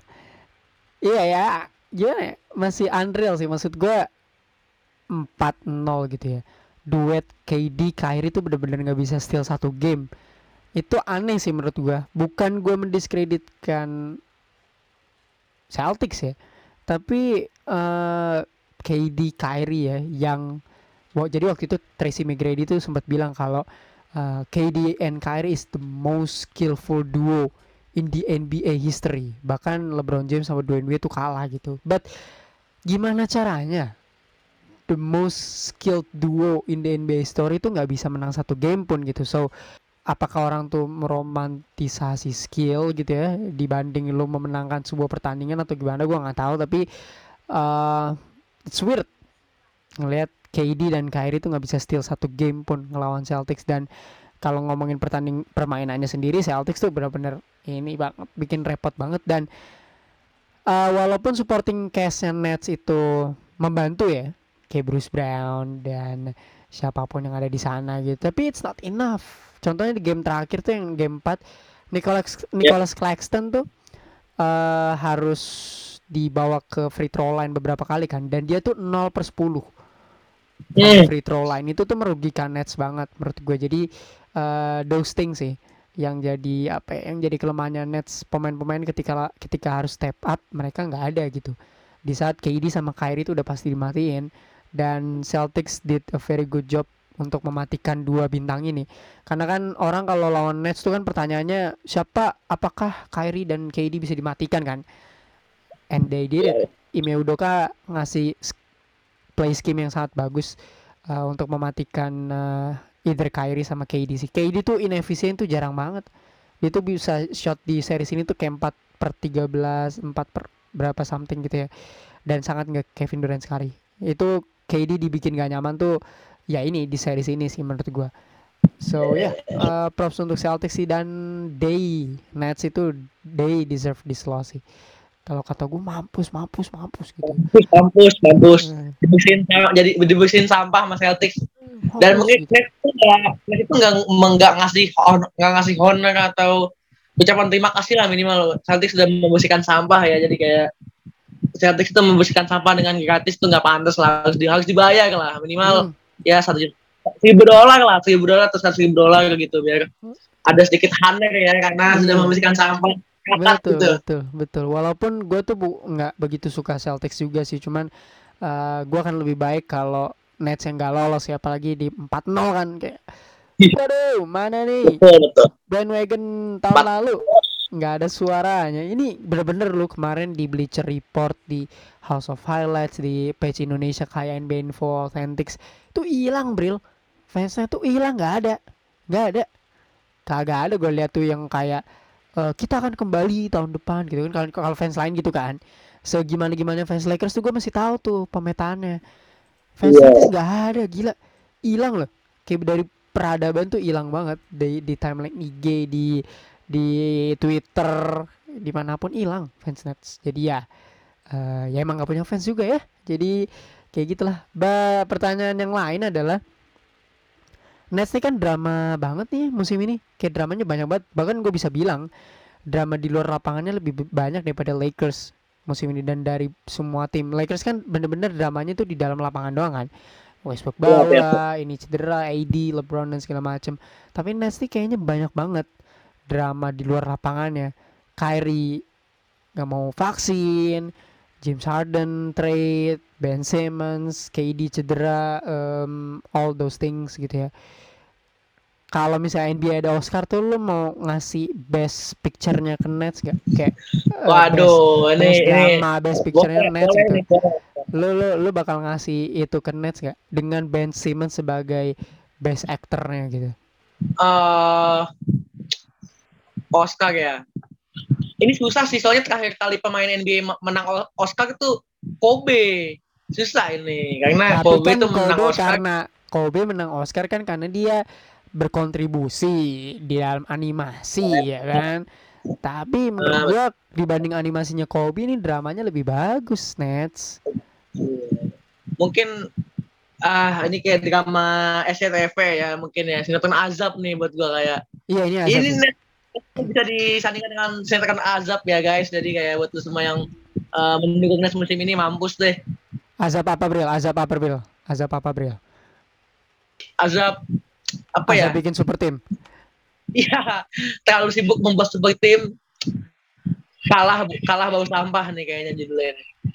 iya ya, gimana ya? Masih unreal sih, maksud gue empat nol gitu ya. Duet K D Kyrie tuh bener-bener nggak bisa steal satu game. Itu aneh sih menurut gue. Bukan gue mendiskreditkan Celtics ya, tapi uh, K D Kyrie ya yang wow, jadi waktu itu Tracy McGrady tuh sempat bilang kalau uh, K D and Kyrie is the most skillful duo in the N B A history. Bahkan LeBron James sama Dwayne Wade tuh kalah gitu. But gimana caranya the most skilled duo in the N B A story itu nggak bisa menang satu game pun gitu. So apakah orang tuh meromantisasi skill gitu ya dibanding lu memenangkan sebuah pertandingan atau gimana, gue nggak tahu. Tapi uh, it's weird ngelihat K D dan Kyrie tuh nggak bisa steal satu game pun ngelawan Celtics. Dan kalau ngomongin pertanding permainannya sendiri, Celtics tuh benar-benar ini banget, bikin repot banget. Dan uh, walaupun supporting castnya Nets itu membantu ya, kayak Bruce Brown dan siapapun yang ada di sana gitu, tapi it's not enough. Contohnya di game terakhir tuh yang game empat, Nicholas
Ya.
Nicholas Claxton tuh uh, harus dibawa ke free throw line beberapa kali kan, dan dia tuh nol per sepuluh from the
Hmm.
free throw line. Itu tuh merugikan Nets banget menurut gue. Jadi uh, those things sih yang jadi apa ya, yang jadi kelemahannya Nets. Pemain-pemain ketika ketika harus step up mereka nggak ada gitu di saat K D sama Kyrie itu udah pasti dimatiin. Dan Celtics did a very good job untuk mematikan dua bintang ini, karena kan orang kalau lawan Nets tuh kan pertanyaannya siapa, apakah Kyrie dan K D bisa dimatikan kan, and they did it.
Ya.
Ime Udoka ngasih play scheme yang sangat bagus uh, untuk mematikan uh, either Kyrie sama K D sih. K D tuh inefisien tuh jarang banget. Dia tuh bisa shot di series ini tuh kayak empat per tiga belas, empat per berapa something gitu ya. Dan sangat nggak Kevin Durant sekali. Itu K D dibikin gak nyaman tuh ya ini di series ini sih menurut gua. So ya, yeah, uh, props untuk Celtics sih. Dan they Nets itu they deserve this loss sih. Kalau kata gue mampus mampus mampus gitu.
Kampus, kampus, kampus.
Hmm,
Dibersihin sama, jadi dibersihin sampah sama Celtics. Dan
mampus
mungkin
gitu.
Nets itu nggak Nets itu nggak nggak ngasih hon- nggak ngasih honor atau ucapan terima kasih lah minimal. Celtics sudah membersihkan sampah ya, jadi kayak Celtics itu membersihkan sampah dengan gratis tuh nggak pantas lah, harus, di, harus dibayar lah minimal
Hmm,
ya satu juta seribu dolar lah, seribu dolar atau seratus ribu dolar gitu biar ada sedikit honor ya karena sudah
iya.
membersihkan sampah kakak
Betul,
gitu.
betul, betul. Walaupun gue tuh bu- nggak begitu suka Celtics juga sih, cuman uh, gue akan lebih baik kalau Nets yang gak lolos ya, apalagi di empat nol kan kayak, waduh, mana nih
Betul betul.
bandwagon tahun
Empat.
lalu nggak ada suaranya. Ini bener-bener lu kemarin di Bleacher Report, di House of Highlights, di page Indonesia kayak N B A Info Authentics itu hilang, Bril. Fansnya tuh hilang, nggak ada, nggak ada, kagak ada. Gue lihat tuh yang kayak eh, kita akan kembali tahun depan gitu kan, kalau kalau fans lain gitu kan. So gimana gimana fans Lakers tuh gue masih tahu tuh pemetaannya. Fans
Iya.
Celtics nggak ada, gila, hilang loh. Kayak dari peradaban tuh hilang banget, di di timeline I G, di di Twitter, dimanapun hilang fans Nets. Jadi ya eh, ya emang nggak punya fans juga ya. Jadi kayak gitulah. Ba pertanyaan yang lain adalah, Nets ini kan drama banget nih musim ini. Kayak dramanya banyak banget. Bahkan gue bisa bilang drama di luar lapangannya lebih banyak daripada Lakers musim ini. Dan dari semua tim, Lakers kan bener-bener dramanya tuh di dalam lapangan doang kan. Westbrook
Iya, iya.
bawa, ini cedera, A D, LeBron dan segala macem. Tapi Nets nih kayaknya banyak banget drama di luar lapangannya. Kyrie nggak mau vaksin, James Harden trade, Ben Simmons, K D cedera, um, all those things gitu ya. Kalau misalnya N B A ada Oscar tuh, lu mau ngasih best picture-nya ke Nets gak? Kayak uh, best
Waduh, ini
best
ini
drama, best picture-nya
boleh
Nets
boleh
gitu.
nih boleh.
Lu lu lu bakal ngasih itu ke Nets gak? Dengan Ben Simmons sebagai best actor-nya gitu.
Eh Oscar ya. Ini susah sih soalnya terakhir kali pemain N B A menang Oscar itu Kobe. Susah ini karena
Tapi
Kobe itu
kan
menang
Kobe,
Oscar.
karena Kobe menang Oscar kan karena dia berkontribusi di dalam animasi ya kan. Tapi menurut
Uh,
gua dibanding animasinya Kobe, ini dramanya lebih bagus Nets.
mungkin ah ini kayak drama S C T V ya mungkin ya sinetron azab nih buat gua kayak
Iya, ini azab
ini
sih.
net bisa disandingkan dengan sinetron azab ya guys, jadi kayak buat lu semua yang uh, mendukung Nets musim ini mampus deh.
Azab apa Bril? Azab apa Bril? Azab apa Bril?
Azab apa ya,
Azab bikin super tim.
iya terlalu sibuk membuat sebuah tim kalah kalah bau sampah nih kayaknya judulnya.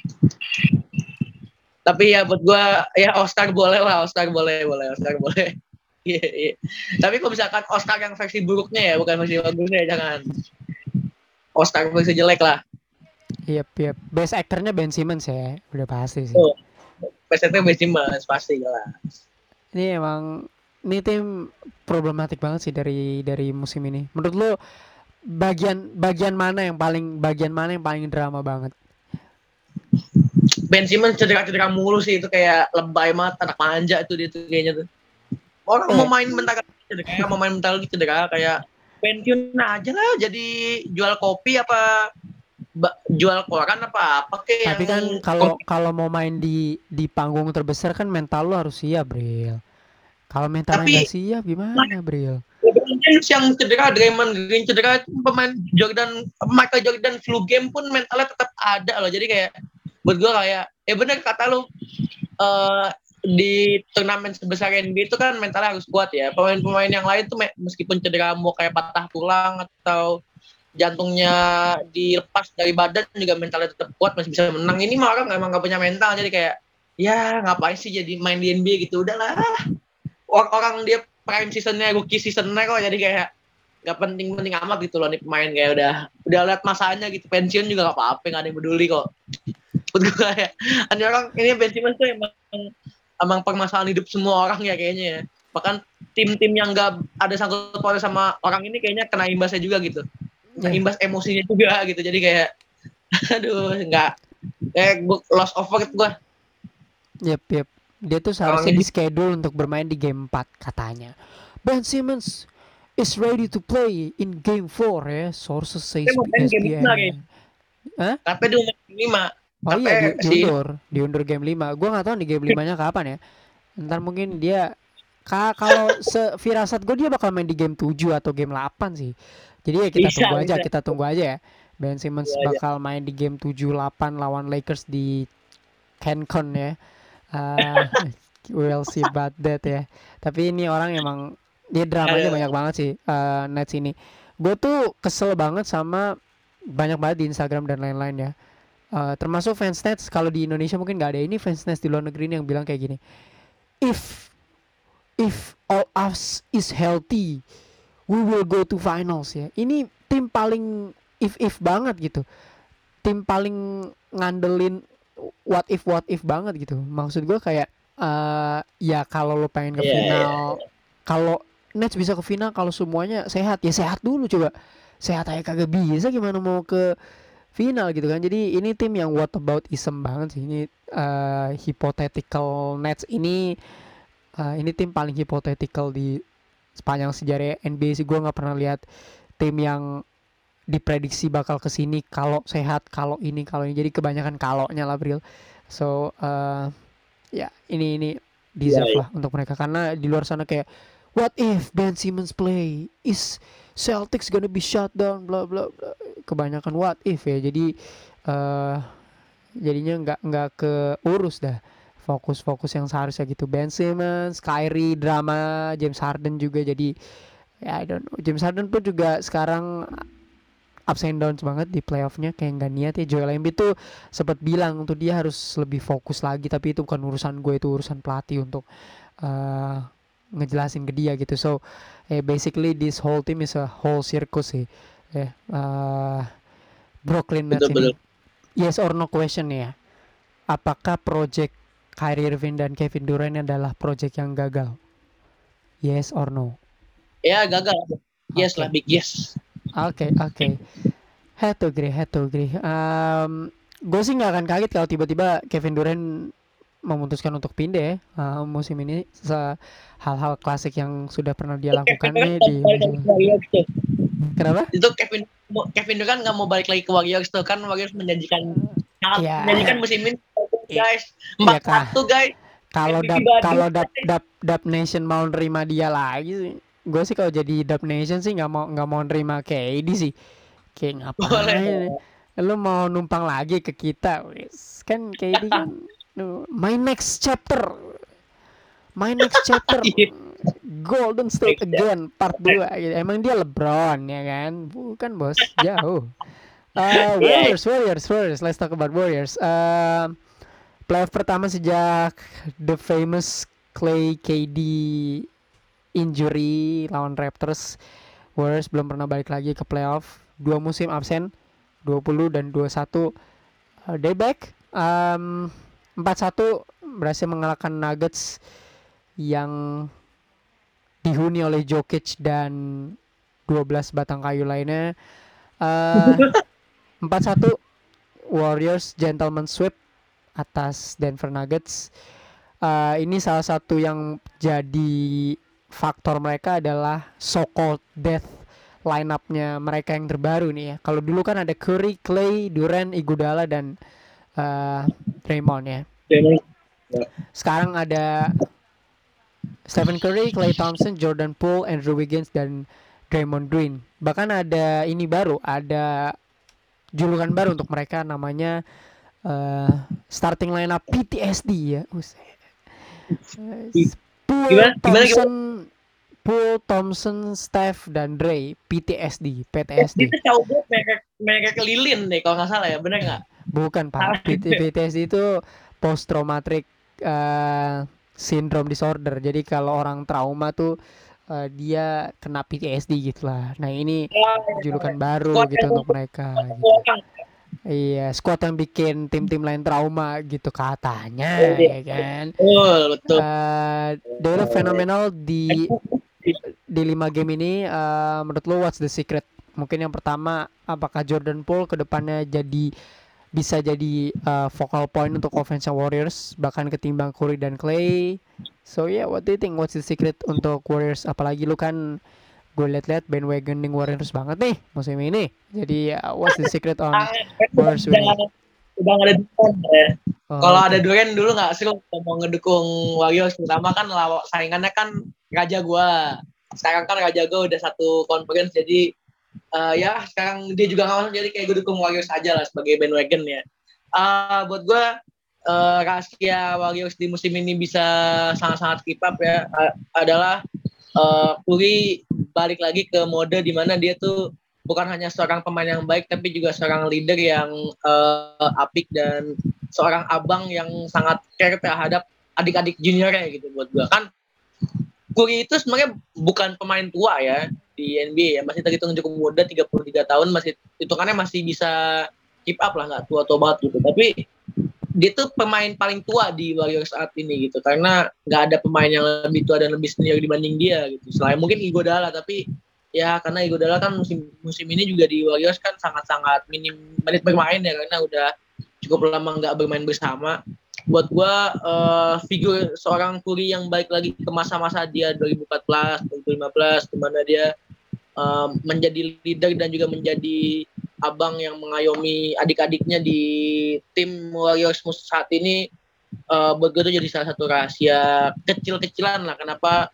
Tapi ya buat gue ya Oscar boleh lah, Oscar boleh boleh Oscar boleh. Iya, yeah, yeah. Tapi kalau misalkan Oscar yang versi buruknya ya, bukan versi bagusnya, jangan. Oscar versi jelek lah.
Iya, yep. Best actornya Ben Simmons ya, udah pasti sih.
Oh, peserta Benjamin pasti lah.
Ini emang ini tim problematik banget sih dari dari musim ini. Menurut lo bagian bagian mana yang paling bagian mana yang paling drama banget?
Ben Simmons cedera-cedera mulu sih, itu kayak lebay banget, anak manja itu dia tuh kayaknya tuh. Orang mau
Eh,
main bentar lagi cedera, mau main bentar lagi cedera, kayak pensiun aja lah, jadi jual kopi apa ba- jual koran apa apa kayak
tapi
yang
kan kalau kalau mau main di di panggung terbesar kan mental lo harus siap, Bril. Kalau mentalnya nggak
tapi
siap gimana, Bril?
LeBron James yang cedera, Draymond Green cedera, pemain Jordan, Michael Jordan flu game pun mentalnya tetap ada loh. Jadi kayak buat gue kayak, ya bener kata lu, eh, di turnamen sebesar N B A itu kan mentalnya harus kuat ya. Pemain-pemain yang lain tuh meskipun cedera mau kayak patah tulang atau jantungnya dilepas dari badan juga mentalnya tetap kuat, masih bisa menang. Ini mah orang emang gak punya mental, jadi kayak ya ngapain sih jadi main di N B A gitu, udahlah. Orang dia prime seasonnya, rookie seasonnya kok, jadi kayak gak penting-penting amat gitu loh nih pemain, kayak udah udah lihat masanya gitu, pensiun juga gak apa-apa, gak ada yang peduli kok. Menurut gue kayak ada orang ini Ben Simmons tuh emang emang permasalahan hidup semua orang ya kayaknya ya. Bahkan tim-tim yang gak ada sangkut pautnya sama orang ini kayaknya kena imbasnya juga gitu, kena
Ya,
imbas emosinya juga gitu, jadi kayak aduh nggak, kayak gue lost over gue
yep, yep. Dia tuh
orang
seharusnya di
ini.
schedule untuk bermain di game empat katanya. Ben Simmons is ready to play in game four ya, sources
Katanya
says
mau main game lima kayak,
E S P N. Hah?
katanya dia mau main game lima,
Oh iya, di,
katanya si
diundur, diundur game lima. Gua nggak tahu nih game limanya kapan ya. Ntar mungkin dia ka kalau sefirasat gue dia bakal main di game tujuh atau game delapan sih. Jadi ya kita
bisa
tunggu aja,
bisa
kita tunggu aja ya. Ben Simmons
aja.
bakal main di game tujuh delapan lawan Lakers di Cancun ya. Uh, we'll see about that ya. Tapi ini orang emang dia dramanya
Aduh.
banyak banget sih, uh, Nets ini. Gue tuh kesel banget sama banyak banget di Instagram dan lain-lain ya. Uh, termasuk fans Nets kalau di Indonesia mungkin nggak ada, ini fans Nets di luar negeri ini yang bilang kayak gini. If if all us is healthy, we will go to finals ya. Ini tim paling if if banget gitu. Tim paling ngandelin what if what if banget gitu. Maksud gue kayak uh, ya kalau lo pengen ke
Iya, iya.
final, kalau Nets bisa ke final kalau semuanya sehat, ya sehat dulu coba. Sehat aja kagak bisa, gimana mau ke final gitu kan. Jadi ini tim yang what about ism banget sih. Ini uh, hypothetical Nets ini uh, ini tim paling hypothetical di sepanjang sejarah N B A sih. Gue nggak pernah lihat tim yang diprediksi bakal kesini kalau sehat, kalau ini, kalau ini. Jadi kebanyakan kalaunya lah, Bril. So uh, ya ini ini
Iya,
deserve
iya.
lah untuk mereka, karena di luar sana kayak what if Ben Simmons play, is Celtics gonna be shut down, bla bla bla. Kebanyakan what if ya. Jadi uh, jadinya nggak nggak keurus dah fokus-fokus yang seharusnya gitu. Ben Simmons, Kyrie drama, James Harden juga jadi ya I don't know. James Harden pun juga sekarang ups and downs banget di playoffnya, kayak nggak niat ya. Joel Embiid tuh sempat bilang tuh dia harus lebih fokus lagi, tapi itu bukan urusan gue, itu urusan pelatih untuk uh, ngejelasin ke dia gitu. So eh, basically this whole team is a whole circus sih ya. uh, Brooklyn Nets
Betul-betul.
ini yes or no question ya, apakah project Kyrie Irving dan Kevin Durant adalah project yang gagal, yes or no?
Ya gagal.
Oke,
Yes lah,
okay.
big yes.
Oke, okay, oke. Okay. Had to agree, had to agree. Um, gue sih nggak akan kaget kalau tiba-tiba Kevin Durant memutuskan untuk pindah ya, uh, musim ini. Hal-hal klasik yang sudah pernah dia
Itu Kevin
lakukan
Durant
nih
nggak
di
mau balik lagi
musim.
ke Warriors tuh.
Kenapa?
Itu Kevin Kevin Durant nggak mau balik lagi ke Warriors tuh, kan Warriors menjanjikan sangat
Ya,
menjanjikan musim ini, guys.
ya
empat
kah.
satu guys.
Kalau
M V P
dap
Badung.
kalau dap dap dap Nation mau nerima dia lagi sih, gue sih kalau jadi dap Nation sih nggak mau nggak mau nerima K D sih. Kayak
Boleh.
ngapain? Lu mau numpang lagi ke kita, wis kan K D kan. My next chapter, my next chapter, Golden State again part dua gitu. Emang dia LeBron ya kan? Bukan bos, jauh. Uh,
Iya.
Warriors, Warriors, Warriors. Let's talk about Warriors. Uh, playoff pertama sejak the famous Clay K D injury lawan Raptors. Warriors belum pernah balik lagi ke playoff. Dua musim absen, dua puluh dan dua puluh satu. Uh, they back. Um, empat satu berhasil mengalahkan Nuggets yang dihuni oleh Jokic dan dua belas batang kayu lainnya. Uh, empat satu Warriors gentleman sweep atas Denver Nuggets. Uh, ini salah satu yang jadi faktor mereka adalah so called death line-up-nya mereka yang terbaru nih ya. Kalau dulu kan ada Curry, Clay, Durant, Iguodala dan uh, Draymond ya. Sekarang ada Stephen Curry, Klay Thompson, Jordan Poole, Andrew Wiggins dan Draymond Green. Bahkan ada ini baru, ada julukan baru untuk mereka namanya uh, starting lineup P T S D ya. Uh, Poole, Thompson, Poole, Thompson, Steph dan Dre, P T S D, P T S D.
Itu tahu gue merek merek lilin deh kalau nggak salah ya, benar nggak?
Bukan Pak, P T S D itu post traumatic uh, syndrome disorder. Jadi kalau orang trauma tuh uh, dia kena P T S D gitu lah. Nah ini julukan baru gitu untuk mereka. Gitu. Iya, squad yang bikin tim-tim lain trauma gitu katanya, oh, ya kan.
Betul, betul.
Uh, they look phenomenal di di lima game ini. Uh, menurut lo what's the secret? Mungkin yang pertama, apakah Jordan Poole kedepannya jadi bisa jadi uh, focal point untuk offense Warriors bahkan ketimbang Curry dan Clay. So yeah, what do you think? What's the secret untuk Warriors? Apalagi lu kan gue liat-liat bandwagoning Warriors banget nih musim ini. Jadi uh, what's the secret on Warriors winning?
Udah gak ada Durant ya. Oh, kalau okay. ada Durant dulu nggak sih lo mau ngedukung Warriors, terutama kan lawak saingannya kan Raja gua. Sekarang kan Raja gua udah satu conference, jadi uh, ya sekarang dia juga nggak masuk, jadi kayak gue dukung Warriors aja lah sebagai bandwagon ya. Uh, buat gue uh, rahasia Warriors di musim ini bisa sangat-sangat keep up ya uh, adalah uh, Curry balik lagi ke mode dimana dia tuh bukan hanya seorang pemain yang baik tapi juga seorang leader yang uh, apik dan seorang abang yang sangat care terhadap adik-adik juniornya gitu. Buat gue kan Curry itu sebenarnya bukan pemain tua ya di N B A ya, masih terhitung cukup muda, tiga puluh tiga tahun, masih hitungannya masih bisa keep up lah, nggak tua-tua banget gitu. Tapi dia tuh pemain paling tua di Warriors saat ini gitu, karena nggak ada pemain yang lebih tua dan lebih senior dibanding dia gitu. Selain mungkin Iguodala, tapi ya karena Iguodala kan musim musim ini juga di Warriors kan sangat-sangat minim menit bermain ya, karena udah cukup lama nggak bermain bersama. Buat gue uh, figur seorang Curry yang balik lagi ke masa-masa dia dua ribu empat belas, dua ribu lima belas, di mana dia uh, menjadi leader dan juga menjadi abang yang mengayomi adik-adiknya di tim Warriors saat ini. Uh, buat gue itu jadi salah satu rahasia kecil-kecilan lah kenapa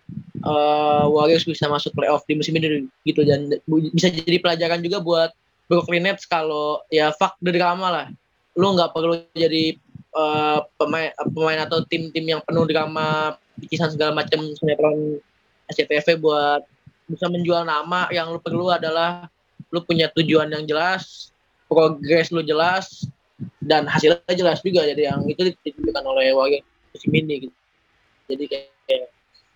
uh, Warriors bisa masuk playoff di musim ini gitu, dan bisa jadi pelajaran juga buat Brooklyn Nets kalau ya fuck the drama lah. Lu nggak perlu jadi Uh, pemain pemain atau tim-tim yang penuh drama, bikisan segala macam sinetron S C T V buat bisa menjual nama. Yang lu perlu adalah lu punya tujuan yang jelas, progres lu jelas, dan hasilnya jelas juga. Jadi yang itu ditunjukkan oleh Warriors musim ini gitu. Jadi kayak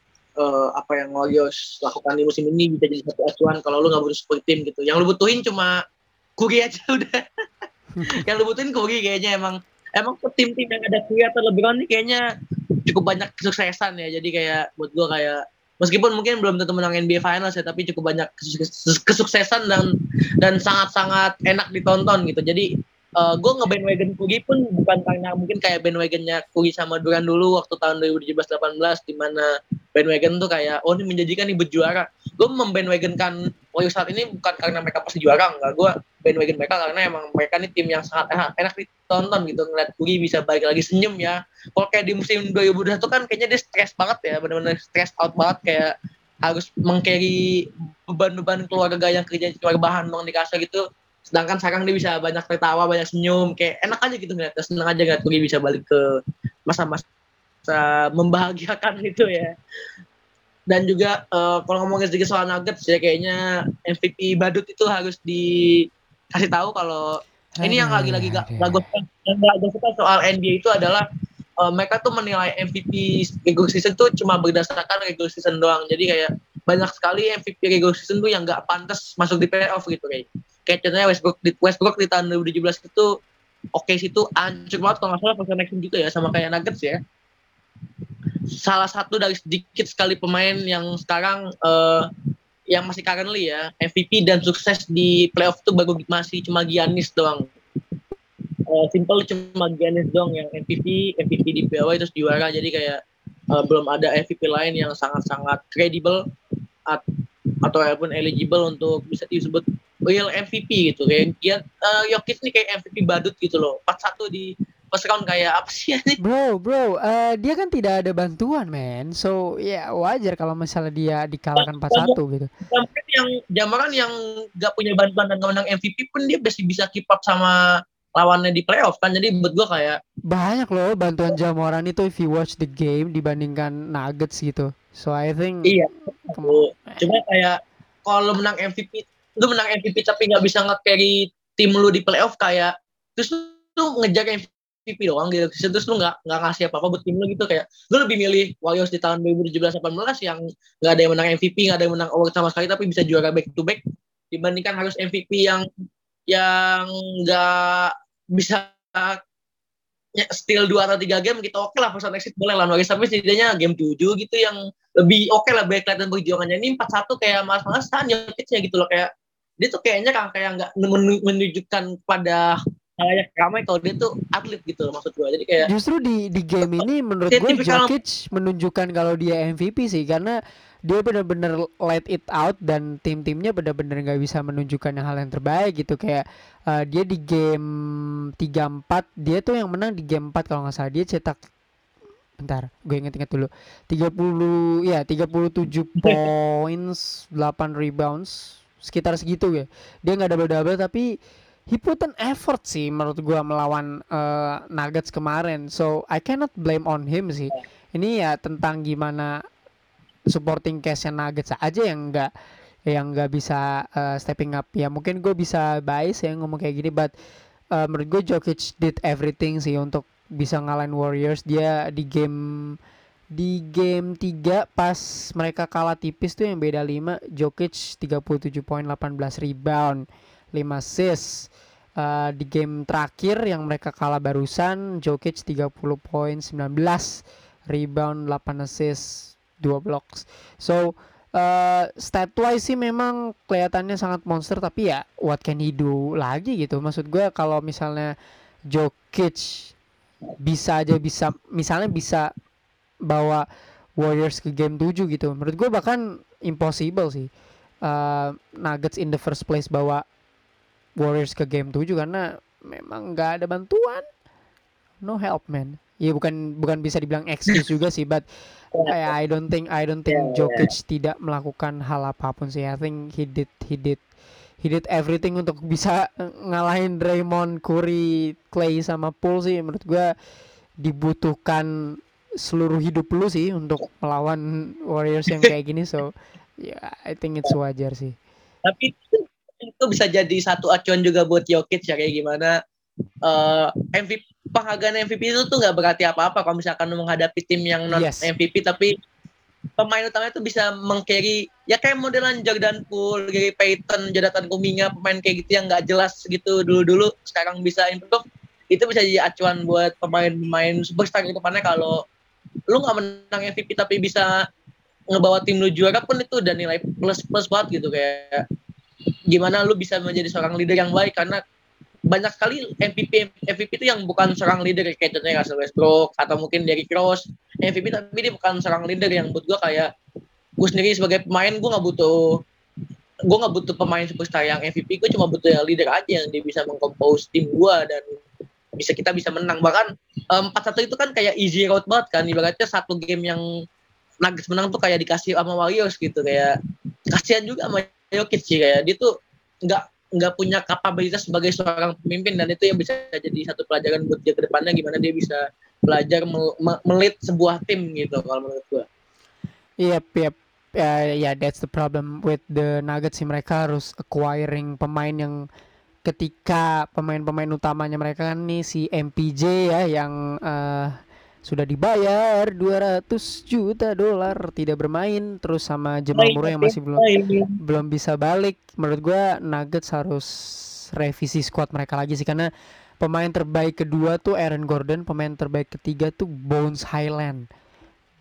uh, apa yang Warriors lakukan di musim ini bisa jadi satu acuan kalau lu nggak butuh support tim gitu. Yang lu butuhin cuma Curry aja udah. Yang lu butuhin Curry kayaknya. Emang Emang tim-tim yang ada Curry atau LeBron nih kayaknya cukup banyak kesuksesan ya. Jadi kayak buat gue kayak meskipun mungkin belum tentu menang N B A Finals ya, tapi cukup banyak kesuksesan dan dan sangat-sangat enak ditonton gitu. Jadi uh, gue nge-bandwagon Curry pun bukan karena mungkin kayak bandwagonnya Curry sama Durant dulu waktu tahun dua ribu tujuh belas delapan belas di mana bandwagon tuh kayak oh ini menjanjikan nih berjuara. Gue membandwagonkan Warriors saat ini bukan karena mereka pasti juara, enggak. Gue bandwagon mereka karena emang mereka nih tim yang sangat enak, enak ditonton gitu, ngeliat Curry bisa balik lagi senyum ya. Kalau kayak di musim dua ribu dua puluh satu kan kayaknya dia stres banget ya, benar-benar stress out banget, kayak harus meng-carry beban-beban keluarga yang kerja di keluarga bahan bang di kasar gitu. Sedangkan sekarang dia bisa banyak tertawa, banyak senyum, kayak enak aja gitu ngeliatnya, seneng aja ngeliat Curry bisa balik ke masa-masa membahagiakan itu ya. Dan juga uh, kalau ngomongin sedikit soal Nuggets ya, kayaknya M V P badut itu harus dikasih tahu kalau aduh, ini yang lagi-lagi gak gue yang gak gue suka soal N B A itu adalah uh, mereka tuh menilai M V P regular season tuh cuma berdasarkan regular season doang. Jadi kayak banyak sekali M V P regular season tuh yang gak pantas masuk di playoff gitu kayak. Kayak contohnya Westbrook di, Westbrook di tahun dua ribu tujuh belas itu oke okay, situ ancur banget kalau nggak salah pas connection juga ya sama kayak Nuggets ya. salah satu dari sedikit sekali pemain yang sekarang uh, yang masih currently ya M V P dan sukses di playoff tuh baru masih cuma Giannis doang. Uh, simple cuma Giannis doang yang M V P, M V P di P O terus juara, jadi kayak uh, belum ada M V P lain yang sangat-sangat kredibel at- atau walaupun eligible untuk bisa disebut real M V P gitu. Kayak dia uh, Jokic nih kayak M V P badut gitu loh. empat satu di first round kayak apa sih ini?
Bro, bro, eh, dia kan tidak ada bantuan, man. So, ya wajar kalau misalnya dia dikalahkan empat satu gitu.
Jamaran yang Jamaran yang gak punya bantuan dan menang M V P pun dia masih bisa keep up sama lawannya di playoff kan. Jadi buat gue kayak
Banyak loh bantuan Jamoran itu if you watch the game dibandingkan Nuggets gitu. So, I think
iya.
come on,
Cuma
man.
kayak kalau menang M V P, lu menang M V P tapi nggak bisa nge-carry tim lu di playoff kayak terus lu ngejar M V P doang gitu. Terus lu nggak nggak ngasih apa-apa buat tim lu gitu, kayak lu lebih milih Warriors di tahun dua ribu tujuh belas delapan belas yang nggak ada yang menang M V P, nggak ada yang menang award sama sekali tapi bisa juara back to back, dibandingkan harus M V P yang yang nggak bisa ya, steal dua atau tiga game gitu, oke okay lah first round exit boleh lah Nuggets, tapi setidaknya game tujuh gitu yang lebih oke okay lah baik dan perjuangannya. Ini empat satu kayak malas-malasan Jokicnya gitu loh, kayak dia tuh kayaknya kan kayak nggak menunjukkan pada kayak ramai kalau dia tuh atlet gitu loh maksud gue. Jadi kayak
Justru di di game ini menurut gue
tipikal
Jokic menunjukkan kalau dia M V P sih, karena dia benar-benar let it out dan tim-timnya benar-benar nggak bisa menunjukkan hal yang terbaik gitu. Kayak uh, dia di game tiga empat dia tuh yang menang di game empat kalau nggak salah, dia cetak bentar gue inget-inget dulu tiga puluh ya tiga puluh tujuh points, delapan rebounds, sekitar segitu ya. Dia nggak double-double tapi he put an effort sih menurut gue melawan uh, Nuggets kemarin. So I cannot blame on him sih. Ini ya tentang gimana supporting cast-nya Nuggets aja yang nggak yang nggak bisa uh, stepping up. Ya mungkin gue bisa bias ya ngomong kayak gini, but uh, menurut gue Jokic did everything sih untuk bisa ngalahin Warriors. Dia di game di game tiga pas mereka kalah tipis tuh yang beda lima, Jokic tiga puluh tujuh poin, delapan belas rebound, lima assist. Uh, di game terakhir yang mereka kalah barusan, Jokic tiga puluh poin, sembilan belas rebound, delapan assist, dua blocks. So uh, stat wise sih memang kelihatannya sangat monster, tapi ya what can he do lagi gitu. Maksud gue kalau misalnya Jokic bisa aja bisa misalnya bisa bawa Warriors ke game tujuh gitu, menurut gue bahkan impossible sih uh, Nuggets in the first place bawa Warriors ke game tujuh karena memang nggak ada bantuan, no help man. Ya bukan bukan bisa dibilang excuse juga sih, but I, I don't think I don't think Jokic tidak melakukan hal apapun sih. I think he did he did he did everything untuk bisa ngalahin Draymond, Curry, Clay sama Paul sih. Menurut gue dibutuhkan seluruh hidup lu sih untuk melawan Warriors yang kayak gini. So yeah, I think it's wajar sih.
Tapi itu, itu bisa jadi satu acuan juga buat Jokic ya, kayak gimana uh, M V P, penghargaan M V P itu tuh nggak berarti apa-apa kalau misalkan menghadapi tim yang non
Yes.
M V P tapi pemain utamanya tuh bisa meng-carry ya kayak modelan Jordan Poole, Gary Payton, Jonathan Kuminga, pemain kayak gitu yang nggak jelas gitu dulu-dulu sekarang bisa improve. Itu bisa jadi acuan buat pemain-pemain superstar ke depannya. Kalau lu nggak menang M V P tapi bisa ngebawa tim lu juara pun itu udah nilai plus plus banget gitu. Kayak gimana lu bisa menjadi seorang leader yang baik, karena banyak sekali M V P M V P itu yang bukan seorang leader kayak contohnya Russell Westbrook atau mungkin Derrick Rose, M V P tapi dia bukan seorang leader. Yang buat gue kayak gue sendiri sebagai pemain, gue nggak butuh gue nggak butuh pemain superstar yang M V P, gue cuma butuh yang leader aja yang dia bisa mengcompose tim gue dan bisa kita bisa menang. Bahkan empat satu itu kan kayak easy road banget kan, ibaratnya satu game yang Nuggets menang tuh kayak dikasih sama Warriors gitu. Kayak kasihan juga sama Jokic sih, kayak dia tuh nggak nggak punya kapabilitas sebagai seorang pemimpin, dan itu yang bisa jadi satu pelajaran buat dia ke depannya gimana dia bisa belajar melit sebuah tim gitu kalau menurut gua.
Yep, yep. Ya, uh, yeah, that's the problem with the Nuggets sih. Mereka harus acquiring pemain yang ketika pemain-pemain utamanya mereka kan nih si M P J ya yang uh, sudah dibayar dua ratus juta dolar tidak bermain, terus sama Jamal Murray yang masih belum belum bisa balik. Menurut gue Nuggets harus revisi squad mereka lagi sih, karena pemain terbaik kedua tuh Aaron Gordon, pemain terbaik ketiga tuh Bones Highland.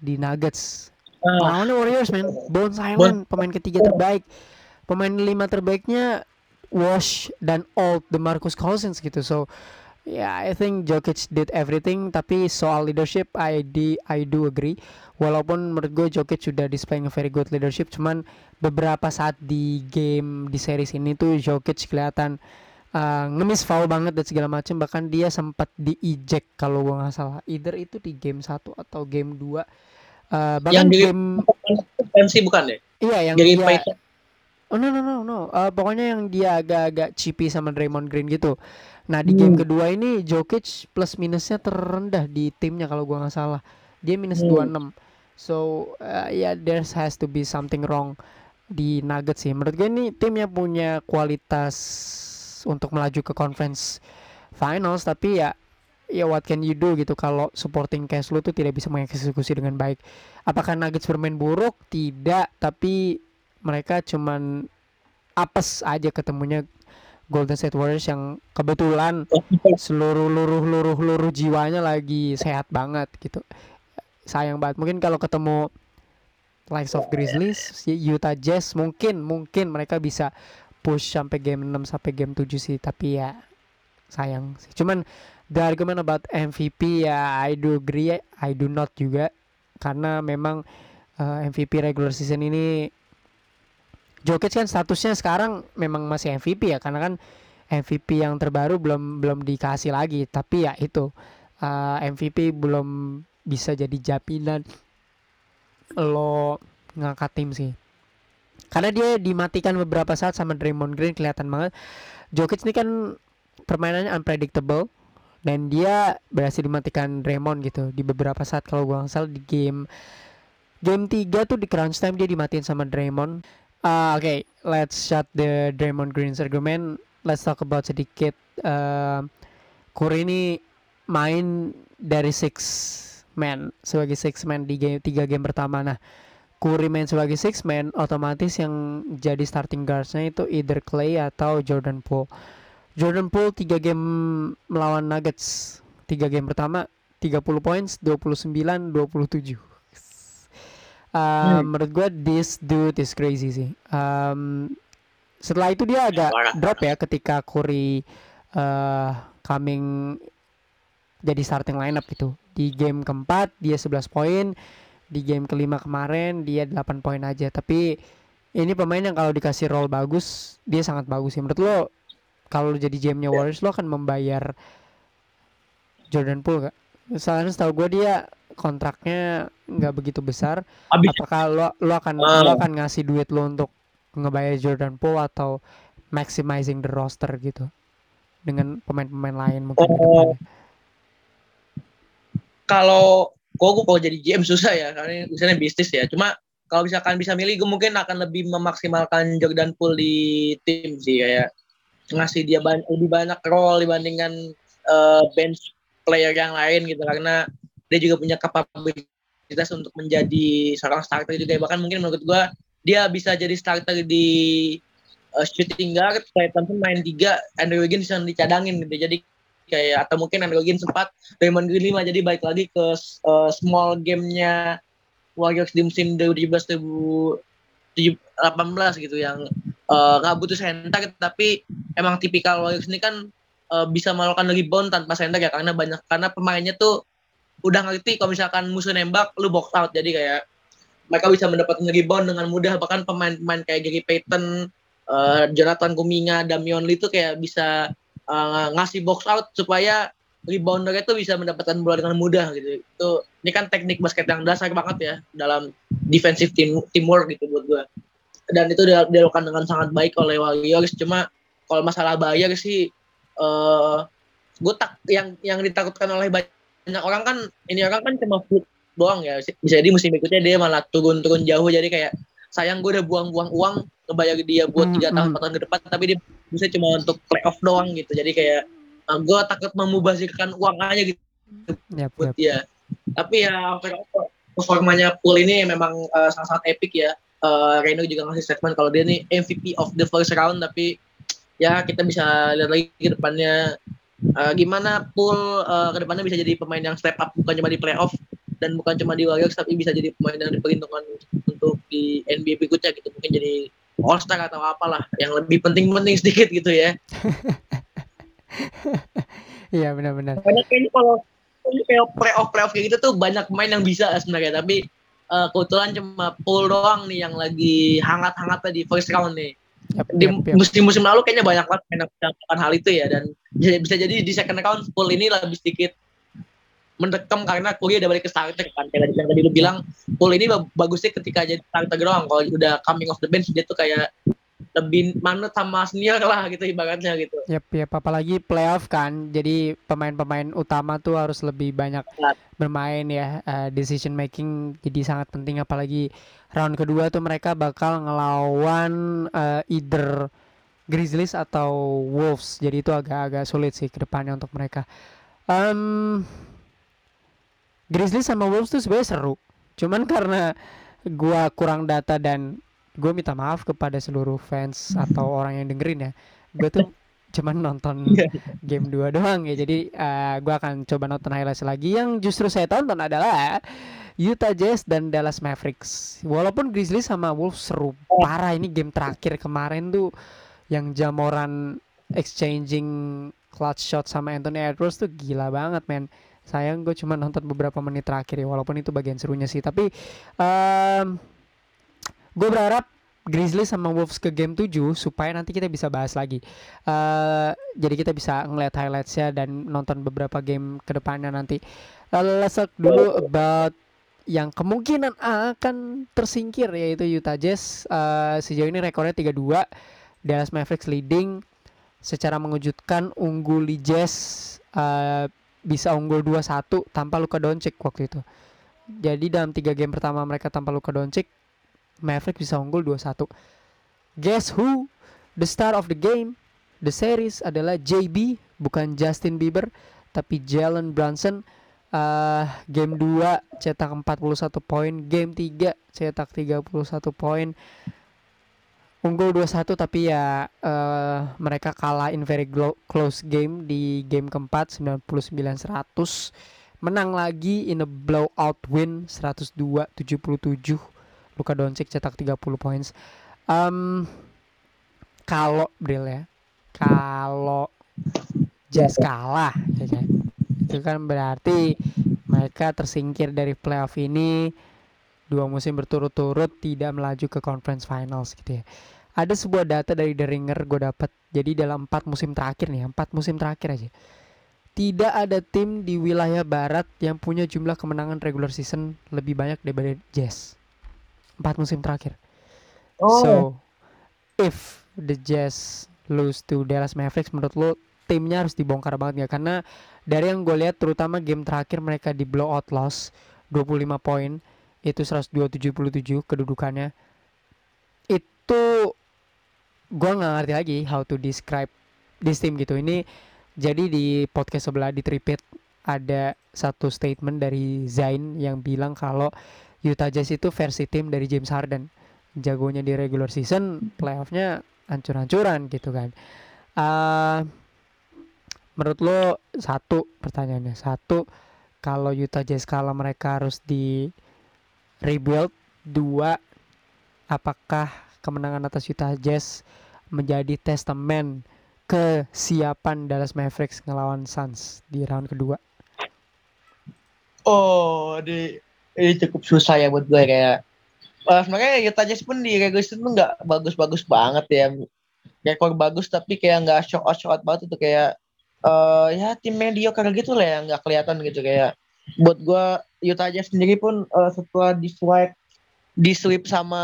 di Nuggets.
Ah,
Lawannya Warriors man, Bones
Bon,
Island, pemain ketiga terbaik, pemain lima terbaiknya Wash dan Old DeMarcus Cousins gitu. So yeah, I think Jokic did everything. Tapi soal leadership, I di, I do agree. Walaupun menurut gue Jokic sudah displaying a very good leadership, cuman beberapa saat di game di series ini tuh Jokic kelihatan uh, ngemis foul banget dan segala macam. Bahkan dia sempat di eject kalau gue nggak salah. Either itu di game satu atau game dua. Uh,
yang
bahkan
di
game
pensi bukan deh?
iya yang
Gary
dia
Payton.
oh no no no no Uh, pokoknya yang dia agak-agak chippy sama Draymond Green gitu. Nah di game
Hmm.
kedua ini Jokic plus minusnya terendah di timnya kalau gua nggak salah. Dia minus
Hmm.
dua puluh enam. So uh, ya yeah, there has to be something wrong di Nuggets sih. Menurut gue ini timnya punya kualitas untuk melaju ke conference finals, tapi ya ya what can you do gitu kalau supporting cast lu tuh tidak bisa mengeksekusi dengan baik. Apakah Nuggets bermain buruk? Tidak, tapi mereka cuman apes aja ketemunya Golden State Warriors yang kebetulan seluruh luruh luruh luruh jiwanya lagi sehat banget gitu. Sayang banget. Mungkin kalau ketemu likes of Grizzlies, Utah Jazz mungkin mungkin mereka bisa push sampai game enam sampai game tujuh sih, tapi ya sayang sih. Cuman the argument about M V P ya I do agree, I do not juga, karena memang uh, M V P regular season ini Jokic kan statusnya sekarang memang masih M V P ya, karena kan M V P yang terbaru belum belum dikasih lagi. Tapi ya itu uh, M V P belum bisa jadi jaminan lo ngangkat tim sih, karena dia dimatikan beberapa saat sama Draymond Green. Kelihatan banget Jokic ini kan permainannya unpredictable, dan dia berhasil dimatikan Draymond gitu di beberapa saat. Kalau gue nggak salah di game game tiga tuh di crunch time dia dimatiin sama Draymond. Uh, Oke, okay, let's shut the Draymond Green argument. Let's talk about sedikit uh, Curry ini main dari six man sebagai six man di game tiga game pertama. Nah, Curry main sebagai six man, otomatis yang jadi starting guardsnya itu either Clay atau Jordan Poole. Jordan Poole tiga game melawan Nuggets, tiga game pertama tiga puluh points, dua puluh sembilan, dua puluh tujuh. Uh,
Hmm.
menurut gue this dude is crazy sih. Um, setelah itu dia agak drop ya ketika Curry uh, coming jadi starting lineup gitu. Di game keempat dia sebelas poin, di game kelima kemarin dia delapan poin aja. Tapi ini pemain yang kalau dikasih role bagus dia sangat bagus sih. Menurut lo kalau jadi G M-nya Warriors lo akan membayar Jordan Poole gak? Soalnya setahu gue dia kontraknya nggak begitu besar.
Abis.
Apakah lo lo akan
Ah.
lo akan ngasih duit lo untuk ngebayar Jordan Poole atau maximizing the roster gitu dengan pemain-pemain lain mungkin ke
Oh,
depannya?
kalau kok gue kalau jadi G M susah ya, karena misalnya bisnis ya. Cuma kalau misalkan bisa milih, gue mungkin akan lebih memaksimalkan Jordan Poole di tim sih, kayak ngasih dia ban- lebih banyak role dibandingkan uh, bench player yang lain gitu, karena dia juga punya kapabilitas untuk menjadi seorang starter juga. Bahkan mungkin menurut gue dia bisa jadi starter di uh, shooting guard. Kayak Thompson main tiga, Andrew Wiggins yang dicadangin gitu. Jadi kayak atau mungkin Andrew Wiggins sempat Draymond Green lima, jadi balik lagi ke uh, small game-nya Warriors di musim dua ribu tujuh belas delapan belas gitu, yang nggak uh, butuh center, tapi emang tipikal Warriors ini kan uh, bisa melakukan rebound tanpa center ya, karena banyak karena pemainnya tuh udah ngerti kalau misalkan musuh nembak lu box out, jadi kayak mereka bisa mendapatkan rebound dengan mudah. Bahkan pemain-pemain kayak Gary Payton, uh, Jonathan Kuminga, Damian Lee itu kayak bisa uh, ngasih box out supaya rebounder itu bisa mendapatkan bola dengan mudah gitu. Itu ini kan teknik basket yang dasar banget ya dalam defensive team teamwork gitu buat gue. Dan itu dilakukan dengan sangat baik oleh Warriors. Cuma kalau masalah bayar sih, uh, gue tak yang yang ditakutkan oleh banyak orang kan, ini orang kan cuma flip doang ya. Bisa jadi musim berikutnya dia malah turun-turun jauh. Jadi kayak sayang, gue udah buang-buang uang ngebayar dia buat tiga tahun
Mm-hmm.
empat tahun ke depan, tapi dia bisa cuma untuk playoff doang gitu. Jadi kayak uh, gue takut memubazirkan uang aja gitu
Yep,
buat
yep.
dia. Tapi ya performanya Poole ini memang uh, sangat-sangat epic ya. Uh, Reno juga ngasih statement kalau dia nih M V P of the first round, tapi ya kita bisa lihat lagi ke depannya uh, gimana Poole uh, ke depannya bisa jadi pemain yang step up, bukan cuma di playoff, dan bukan cuma di Warriors tapi bisa jadi pemain yang diperhitungkan untuk di N B A berikutnya gitu, mungkin jadi All Star atau apalah yang lebih penting-penting sedikit gitu ya.
Iya benar-benar.
Banyak kayaknya kalau kayak playoff playoff kayak gitu tuh banyak pemain yang bisa sebenarnya, tapi uh, kebetulan cuma Paul doang nih yang lagi hangat-hangatnya di first round nih.
Yap,
Di
yap, yap.
musim-musim lalu kayaknya banyak banget yang melakukan hal itu ya, dan bisa, bisa jadi di second round Paul ini lebih sedikit mendekam karena Curry udah balik ke starter kan, kayak yang tadi lu bilang Paul ini bagusnya ketika jadi starter doang, kalau udah coming off the bench dia tuh kayak lebih manut sama senior lah gitu ibaratnya gitu.
Yap, yap, apalagi playoff kan. Jadi pemain-pemain utama tuh harus lebih banyak
Nah,
bermain ya. Uh, decision making jadi sangat penting, apalagi round kedua tuh mereka bakal ngelawan uh, either Grizzlies atau Wolves. Jadi itu agak-agak sulit sih ke depannya untuk mereka. Um, Grizzlies sama Wolves tuh sebenarnya seru. Cuman karena gua kurang data dan gue minta maaf kepada seluruh fans atau orang yang dengerin ya. Gue tuh cuman nonton game dua doang ya. Jadi uh, gue akan coba nonton highlights lagi. Yang justru saya tonton adalah Utah Jazz dan Dallas Mavericks. Walaupun Grizzlies sama Wolves seru parah, ini game terakhir kemarin tuh yang Jamoran exchanging clutch shot sama Anthony Edwards tuh gila banget men. Sayang gue cuma nonton beberapa menit terakhir ya, walaupun itu bagian serunya sih. Tapi um, gue berharap Grizzlies sama Wolves ke game tujuh supaya nanti kita bisa bahas lagi. Uh, jadi kita bisa ngeliat highlightsnya dan nonton beberapa game ke depannya nanti. Uh, let's talk dulu about yang kemungkinan akan tersingkir, yaitu Utah Jazz. Uh, sejauh ini rekornya tiga dua. Dallas Mavericks leading secara mengejutkan, unggul di Jazz, uh, bisa unggul dua satu tanpa Luka Doncic waktu itu. Jadi dalam tiga game pertama mereka tanpa Luka Doncic, Mavericks bisa unggul dua satu. Guess who? The star of the game, the series adalah J B, bukan Justin Bieber, tapi Jalen Brunson. Uh, game dua cetak empat puluh satu poin, game tiga cetak tiga puluh satu poin. Unggul dua satu, tapi ya uh, mereka kalah in very close game di game keempat sembilan puluh sembilan seratus. Menang lagi in a blowout win seratus dua tujuh puluh tujuh. Luka Doncic cetak tiga puluh points. Um, kalau Bril ya, kalau Jazz kalah ya kan, itu kan berarti mereka tersingkir dari playoff ini, dua musim berturut-turut tidak melaju ke conference finals gitu ya. Ada sebuah data dari The Ringer gue dapat. Jadi dalam empat musim terakhir nih, empat musim terakhir aja, tidak ada tim di wilayah barat yang punya jumlah kemenangan regular season lebih banyak daripada Jazz. Empat musim terakhir. Oh. So, if the Jazz lose to Dallas Mavericks, menurut lo timnya harus dibongkar banget gak? Karena dari yang gue lihat, terutama game terakhir mereka di blowout loss dua puluh lima poin, itu seratus dua tujuh puluh tujuh kedudukannya. Itu gue gak ngerti lagi how to describe this team gitu. Ini jadi di podcast sebelah di Tripit ada satu statement dari Zain yang bilang kalau Utah Jazz itu versi tim dari James Harden. Jagonya di regular season, playoffnya hancur-hancuran gitu kan. Uh, menurut lo, satu pertanyaannya, satu, kalau Utah Jazz kalah mereka harus di rebuild. Dua, apakah kemenangan atas Utah Jazz menjadi testament kesiapan Dallas Mavericks ngelawan Suns di round kedua?
Oh, di ini cukup susah ya buat gue, kayak uh, sebenarnya Utah Jazz pun di regular season tuh nggak bagus-bagus banget ya, rekor bagus tapi kayak nggak show out show out banget itu, kayak uh, ya tim mediocre gitu lah yang nggak kelihatan gitu. Kayak buat gue Utah Jazz sendiri pun uh, setelah di swipe di sweep sama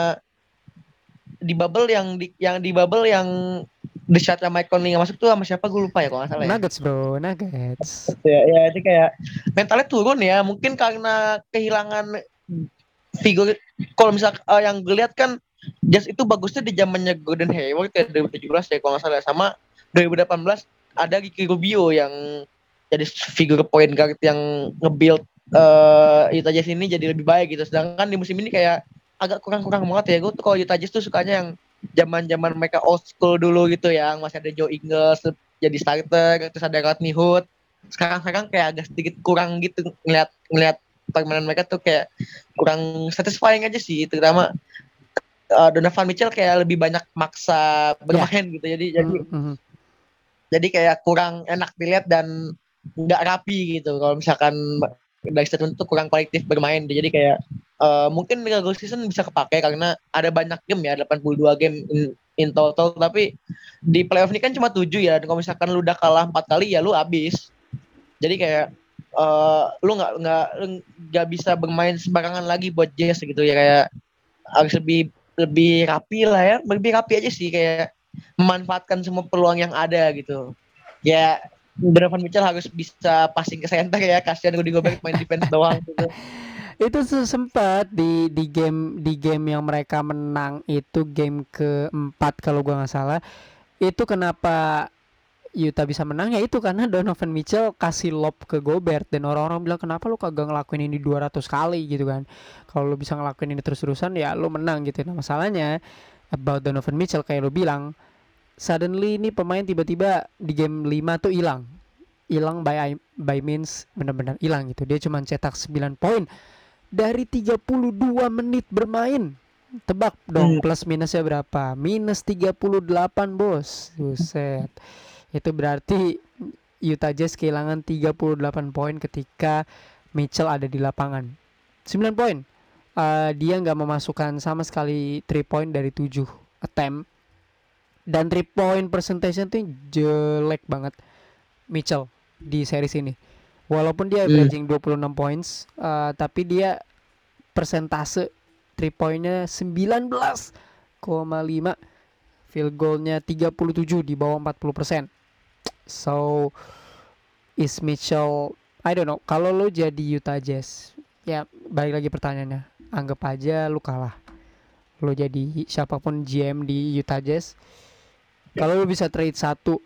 di bubble yang di yang di bubble yang the shot Mike Conley yang masuk tuh sama siapa gue lupa ya kalau nggak salah ya.
Nuggets bro, Nuggets.
Ya, ya itu kayak mentalnya turun ya, mungkin karena kehilangan figur. Kalau misal uh, yang gue lihat kan Jazz itu bagusnya di zamannya Gordon Hayward kayak dua ribu tujuh belas ya kalau nggak salah, sama dua ribu delapan belas ada Ricky Rubio yang jadi figur point guard yang nge-build uh, Utah Jazz ini jadi lebih baik gitu. Sedangkan di musim ini kayak agak kurang-kurang banget ya. Gue tuh kalau Utah Jazz tuh sukanya yang zaman-zaman mereka old school dulu gitu, yang masih ada Joe Ingles jadi starter, terus ada Rodney Hood. Sekarang-sekarang kayak agak sedikit kurang gitu ngeliat ngeliat permainan mereka tuh kayak kurang satisfying aja sih, terutama uh, Donovan Mitchell kayak lebih banyak maksa
Ya.
bermain gitu, jadi jadi
Mm, mm.
jadi kayak kurang enak dilihat dan nggak rapi gitu kalau misalkan dari statement itu kurang kolektif bermain, jadi kayak uh, mungkin regular season bisa kepake karena ada banyak game ya, delapan puluh dua game in, in total, tapi di playoff ini kan cuma tujuh ya, dan kalau misalkan lu udah kalah empat kali ya lu abis, jadi kayak uh, lu nggak nggak nggak bisa bermain sembarangan lagi buat Jazz gitu ya, kayak harus lebih lebih rapi lah ya, lebih rapi aja sih, kayak memanfaatkan semua peluang yang ada gitu. Ya Donovan Mitchell harus bisa passing ke center ya, kasihan Rudy Gobert main defense doang gitu.
Itu sempat di di game di game yang mereka menang itu game keempat kalau gua nggak salah. Itu kenapa Utah bisa menang ya itu karena Donovan Mitchell kasih lob ke Gobert dan orang-orang bilang kenapa lu kagak ngelakuin ini dua ratus kali gitu kan. Kalau lu bisa ngelakuin ini terus-terusan ya lu menang gitu. Nah, masalahnya about Donovan Mitchell kayak lu bilang, suddenly ini pemain tiba-tiba di game lima tuh hilang. Hilang by by means benar-benar hilang gitu. Dia cuma cetak sembilan poin dari tiga puluh dua menit bermain. Tebak dong
Hmm.
plus minusnya berapa? Minus tiga puluh delapan, Bos. Buset. Itu berarti Utah Jazz kehilangan tiga puluh delapan poin ketika Mitchell ada di lapangan. sembilan poin. Uh, dia nggak memasukkan sama sekali three point dari tujuh attempt. Dan three point percentage-nya tuh jelek banget Mitchell di series ini. Walaupun dia
Hmm.
averaging dua puluh enam points, uh, tapi dia persentase three pointnya sembilan belas koma lima, field goalnya tiga puluh tujuh di bawah empat puluh persen. So is Mitchell, I don't know, kalau lo jadi Utah Jazz, ya balik lagi pertanyaannya, anggap aja lo kalah, lo jadi siapapun G M di Utah Jazz, kalau lo bisa trade satu,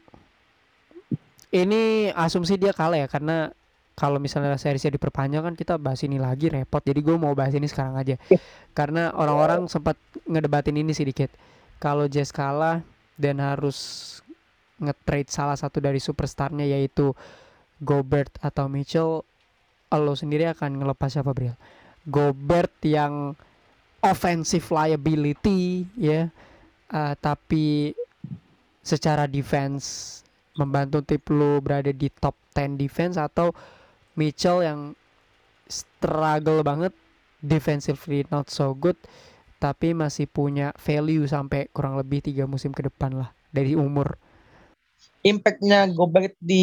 ini asumsi dia kalah ya, karena kalau misalnya seriesnya diperpanjang kan kita bahas ini lagi repot, jadi gue mau bahas ini sekarang aja karena orang-orang sempat ngedebatin ini sedikit. Kalau Jazz kalah dan harus nge-trade salah satu dari superstarnya yaitu Gobert atau Mitchell, lo sendiri akan ngelepas siapa, Bril? Gobert yang offensive liability ya, uh, tapi secara defense membantu tim lo berada di top ten defense, atau Mitchell yang struggle banget defensively not so good tapi masih punya value sampai kurang lebih tiga musim ke depan lah dari umur.
Impactnya Gobert di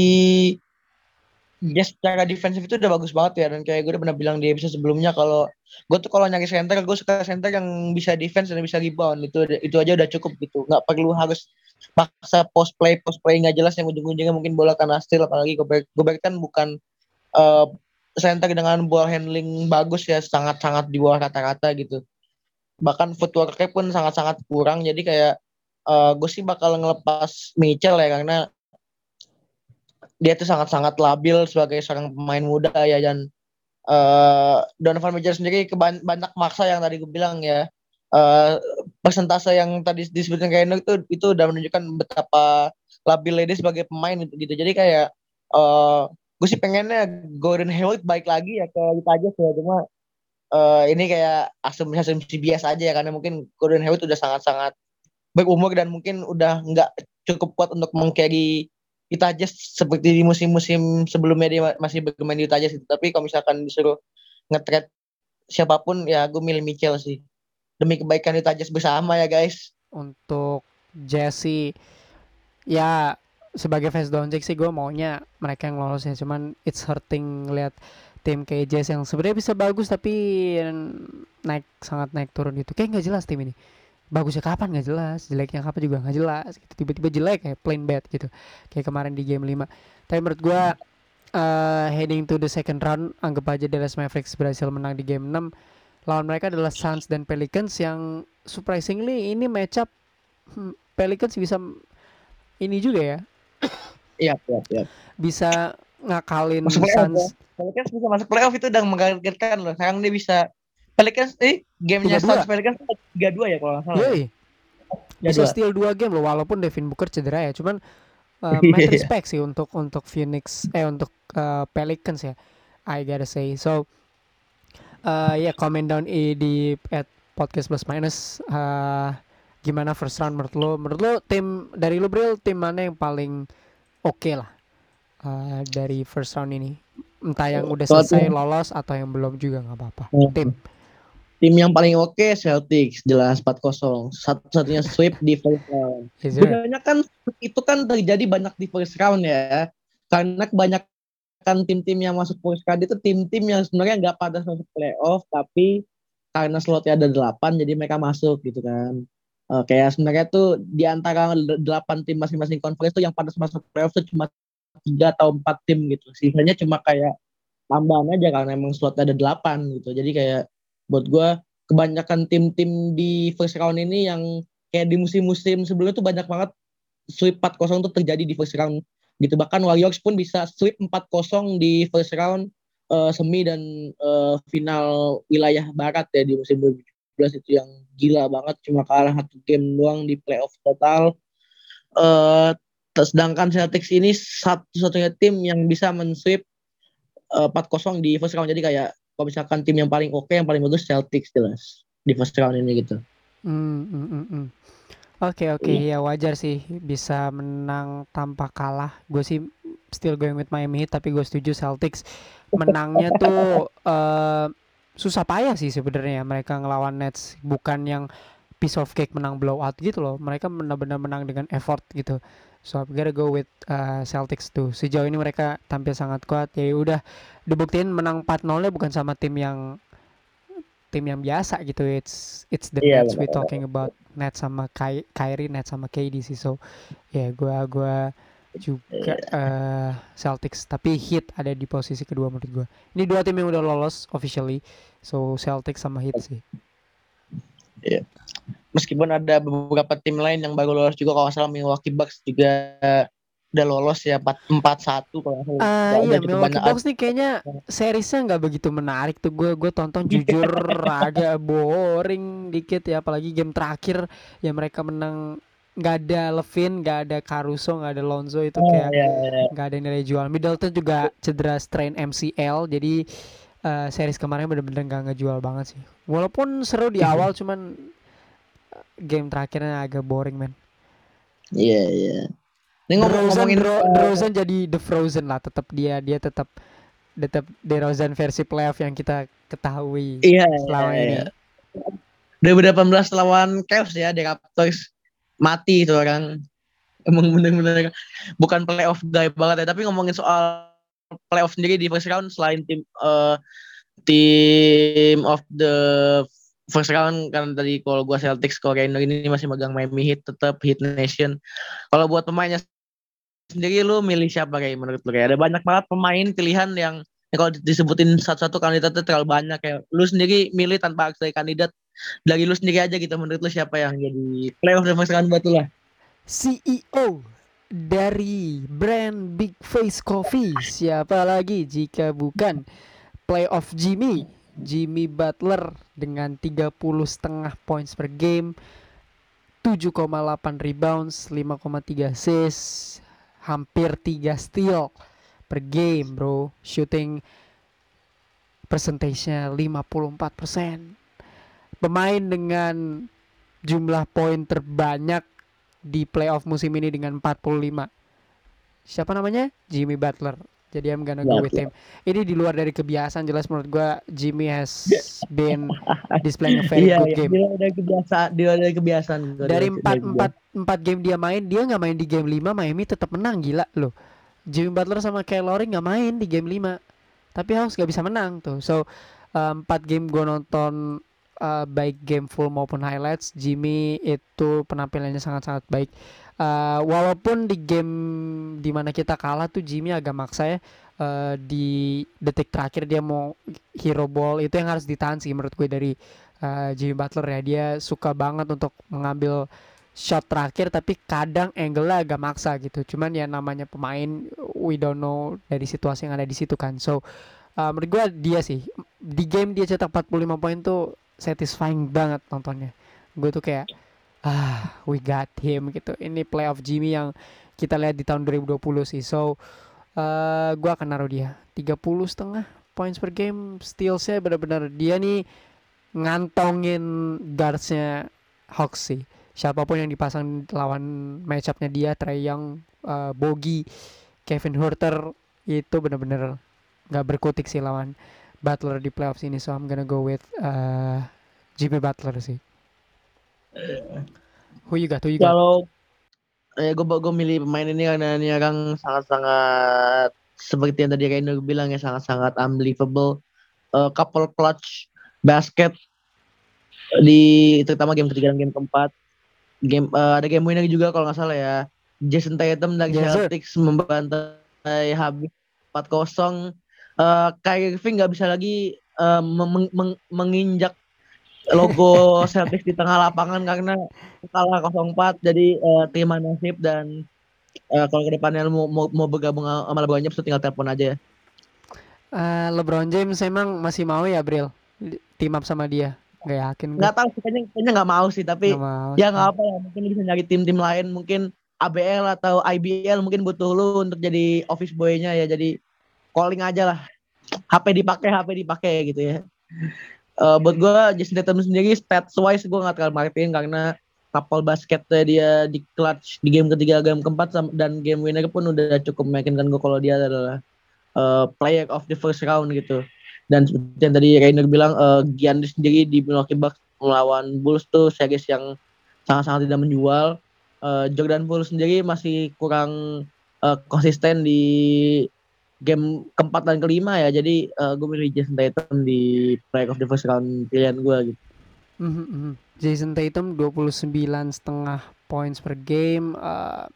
Jazz secara defensif itu udah bagus banget ya, dan kayak gue udah pernah bilang di episode sebelumnya kalau gue tuh kalau nyari center gue suka center yang bisa defense dan bisa rebound, itu itu aja udah cukup gitu, nggak perlu harus maksa post play post play nggak jelas yang ujung-ujungnya mungkin bola kena steal, apalagi Gobert Gobert kan bukan uh, center dengan ball handling bagus ya, sangat-sangat di bawah rata-rata gitu, bahkan footworknya pun sangat-sangat kurang, jadi kayak uh, gue sih bakal ngelepas Mitchell ya, karena dia tuh sangat-sangat labil sebagai seorang pemain muda ya, dan uh, Donovan Mitchell sendiri keban- banyak maksa yang tadi gue bilang ya, uh, persentase yang tadi disebutkan kayak itu itu udah menunjukkan betapa labilnya dia sebagai pemain gitu, gitu. Jadi kayak uh, gue sih pengennya Gordon Hayward baik lagi ya ke Utah Jazz ya, cuma uh, ini kayak asumsi-asumsi biasa aja ya, karena mungkin Gordon Hayward udah sangat-sangat berumur dan mungkin udah nggak cukup kuat untuk meng-carry Utah Jazz seperti di musim-musim sebelumnya dia masih bermain di Utah Jazz itu. Tapi kalau misalkan disuruh nge-trade siapapun ya gue milih Mitchell sih, demi kebaikan Utah Jazz bersama ya guys.
Untuk Jesse ya, sebagai fans Doncic sih gue maunya mereka yang lolos ya, cuman it's hurting lihat tim kayak Jazz yang sebenarnya bisa bagus tapi naik sangat naik turun gitu, kayak nggak jelas tim ini bagusnya kapan nggak jelas, jeleknya kapan juga nggak jelas gitu. Tiba-tiba jelek kayak plain bad gitu kayak kemarin di game lima. Tapi menurut gue uh, heading to the second round, anggap aja Dallas Mavericks berhasil menang di game enam, lawan mereka adalah Suns dan Pelicans yang surprisingly ini matchup, hmm, Pelicans bisa ini juga ya,
Iya, iya, iya.
bisa
Masuk
ngakalin
playoff ya.
Suns.
Pelicans bisa masuk playoff itu udah mengagetkan loh. Sekarang dia bisa Pelicans eh gamenya
tiga dua.
Suns Pelicans tiga dua ya kalau nggak salah.
Yoi,
Ya
bisa
dua.
steal dua game loh walaupun Devin Booker cedera ya. Cuman uh, mad respect sih untuk untuk Phoenix eh untuk uh, Pelicans ya, I gotta say. So Eh ya comment down i di at podcast plus minus. Eh gimana first round menurut lo? Menurut lo tim dari lo Bril, tim mana yang paling oke lah eh, dari first round ini? Entah yang udah
Kalau tim,
selesai lolos atau yang belum juga nggak apa-apa. Tim.
tim yang paling oke Celtics jelas empat kosong. Satu-satunya sweep di first round.
Is there?
Sebenarnya kan itu kan terjadi banyak di first round ya. Karena kebanyakan tim-tim yang masuk first round itu tim-tim yang sebenarnya nggak pada masuk playoff, tapi karena slotnya ada delapan jadi mereka masuk gitu kan. Eh, kayak sebenarnya tuh di antara delapan tim masing-masing conference tuh yang pada masuk playoff tuh cuma tiga atau empat tim gitu. Sisanya cuma kayak tambahan aja karena emang slotnya ada delapan gitu. Jadi kayak buat gue kebanyakan tim-tim di first round ini yang kayak di musim-musim sebelumnya tuh banyak banget sweep empat kosong tuh terjadi di first round gitu. Bahkan Warriors pun bisa sweep empat kosong di first round uh, semi dan uh, final wilayah barat ya di musim dua ribu tujuh belas itu yang gila banget, cuma kalah satu game doang di playoff total. Uh, Sedangkan Celtics ini satu-satunya tim yang bisa men-sweep uh, empat kosong di first round. Jadi kayak kalau misalkan tim yang paling oke, yang paling bagus Celtics jelas di first round ini gitu.
Hmm, hmm, hmm, hmm. Oke oke ya wajar sih bisa menang tanpa kalah. Gue sih still going with Miami Heat tapi gue setuju Celtics menangnya tuh eh susah payah sih sebenarnya mereka ngelawan Nets, bukan yang piece of cake menang blowout gitu loh. Mereka benar-benar menang dengan effort gitu. So I'm gotta go with uh, Celtics tuh. Sejauh ini mereka tampil sangat kuat. Ya udah dibuktiin menang empat nol-nya bukan sama tim yang tim yang biasa gitu. It's it's the
Iya
Nets we
benar.
talking about. Nets sama Ky- Kyrie, Nets sama K D sih. So ya yeah, gua gua juga uh, Celtics tapi Heat ada di posisi kedua menurut gua. Ini dua tim yang udah lolos officially. So Celtics sama Heat sih.
Iya. Meskipun ada beberapa tim lain yang baru lolos juga, kalau nggak salah Milwaukee Bucks juga udah lolos ya empat empat satu kalau nggak salah.
Ah
Udah, udah
iya
cukup
Milwaukee
banyak.
Bucks nih kayaknya seriesnya nggak begitu menarik tuh, gue gue tonton jujur agak boring dikit ya, apalagi game terakhir yang mereka menang nggak ada Levin, nggak ada Caruso, nggak ada Lonzo, itu
Oh
kayak
ya, ya.
nggak ada nilai jual. Middleton juga cedera strain M C L, jadi uh, series kemarin bener-bener nggak ngejual banget sih. Walaupun seru di awal, cuman game terakhirnya agak boring men.
Iya, iya. Ini
DeRozan
ngomong-ngomongin
Dro,
uh,
DeRozan jadi The Frozen lah, tetap dia dia tetap tetap DeRozan versi playoff yang kita ketahui
iya, iya,
selama
iya.
ini.
dua ribu delapan belas lawan Cavs ya di Raptors, mati itu orang. Emang bener-bener bukan playoff guy banget ya. Tapi ngomongin soal playoff sendiri di first round, selain tim uh, tim of the first round kan tadi, kalau gua Celtics, kalau Rainer ini masih megang Miami Heat, tetap Heat Nation. Kalau buat pemainnya sendiri lu milih siapa kayak menurut lu? Kayak ada banyak banget pemain pilihan yang ya kalau disebutin satu-satu kandidatnya terlalu banyak ya. Lu sendiri milih tanpa harus dari kandidat, dari lu sendiri aja gitu, menurut lu siapa yang jadi playoff the first round buat lu lah?
C E O dari brand Big Face Coffee, siapa lagi jika bukan playoff Jimmy Jimmy Butler dengan tiga puluh setengah points per game, tujuh koma delapan rebounds, lima koma tiga assist, hampir tiga steal per game bro, shooting percentage-nya lima puluh empat persen. Pemain dengan jumlah poin terbanyak di playoff musim ini dengan empat puluh lima. Siapa namanya? Jimmy Butler. Jadi I'm gonna go with him. Ini di luar dari kebiasaan, jelas menurut gue Jimmy has been displaying a very
Iya,
good
iya,
game.
dia ada kebiasaan, dia ada kebiasaan.
Dari empat empat empat game dia main, dia nggak main di game lima, Miami tetap menang, gila loh. Jimmy Butler sama Kyle Lowry nggak main di game lima, tapi Hawks gak bisa menang tuh. So empat uh, game gue nonton, uh, baik game full maupun highlights, Jimmy itu penampilannya sangat-sangat baik. Uh, walaupun di game dimana kita kalah tuh Jimmy agak maksa ya. Uh, di detik terakhir dia mau hero ball, itu yang harus ditahan sih menurut gue dari uh, Jimmy Butler ya. Dia suka banget untuk mengambil shot terakhir, tapi kadang angle-nya agak maksa gitu. Cuman ya namanya pemain, we don't know dari situasi yang ada di situ kan. So uh, menurut gue dia sih, di game dia cetak empat puluh lima poin tuh satisfying banget nontonnya. Gue tuh kayak ah we got him gitu. Ini playoff Jimmy yang kita lihat di tahun dua ribu dua puluh sih. So uh, gue akan naruh dia tiga puluh setengah points per game, steals-nya benar-benar dia nih ngantongin guards-nya Hawks sih. Siapapun yang dipasang lawan match-up-nya dia, Trae Young, uh, Bogi, Kevin Huerter, itu benar-benar nggak berkutik sih lawan Butler di playoffs ini. So I'm gonna go with uh, Jimmy Butler sih. Who you got? Who you got?
Kalau eh, gue gue milih pemain ini karena ini orang sangat-sangat seperti yang tadi Rainer bilang ya, sangat-sangat unbelievable. Uh, couple clutch basket di terutama game ketiga dan game keempat. Game uh, ada game winner juga kalau nggak salah ya. Jason Tatum dari
Yes, sir.
Celtics membantai habis empat kosong. Uh, Kyrie Irving nggak bisa lagi uh, meng- meng- menginjak logo Celtics di tengah lapangan karena kalah nol empat. Jadi uh, terima nasib, dan uh, kalau kedepannya mau, mau mau bergabung sama LeBron James tinggal telepon aja ya.
Uh, LeBron James emang masih mau ya, Bril? Team up sama dia? Gak yakin gue.
Nggak tahu sih, kayaknya kayaknya nggak mau sih, tapi
Gak mau
ya
sih.
nggak apa ya, mungkin bisa nyari tim-tim lain, mungkin A B L atau I B L mungkin butuh lu untuk jadi office boy-nya ya, jadi calling aja lah, H P dipakai H P dipakai gitu ya. Uh, buat gue Jason Tatum sendiri stats wise gue nggak terlalu marketing karena couple basketnya dia di clutch di game ketiga game keempat dan game winner pun udah cukup meyakinkan gue kalau dia adalah uh, player of the first round gitu. Dan seperti yang tadi Rainer bilang, uh, Giannis sendiri di Milwaukee Bucks melawan Bulls tuh series yang sangat-sangat tidak menjual. Uh, Jordan Poole sendiri masih kurang uh, konsisten di game keempat dan kelima ya. Jadi uh, gue milih Jason Tatum di player of the first round pilihan gue gitu.
Mm-hmm. Jason Tatum dua puluh sembilan setengah points per game, uh,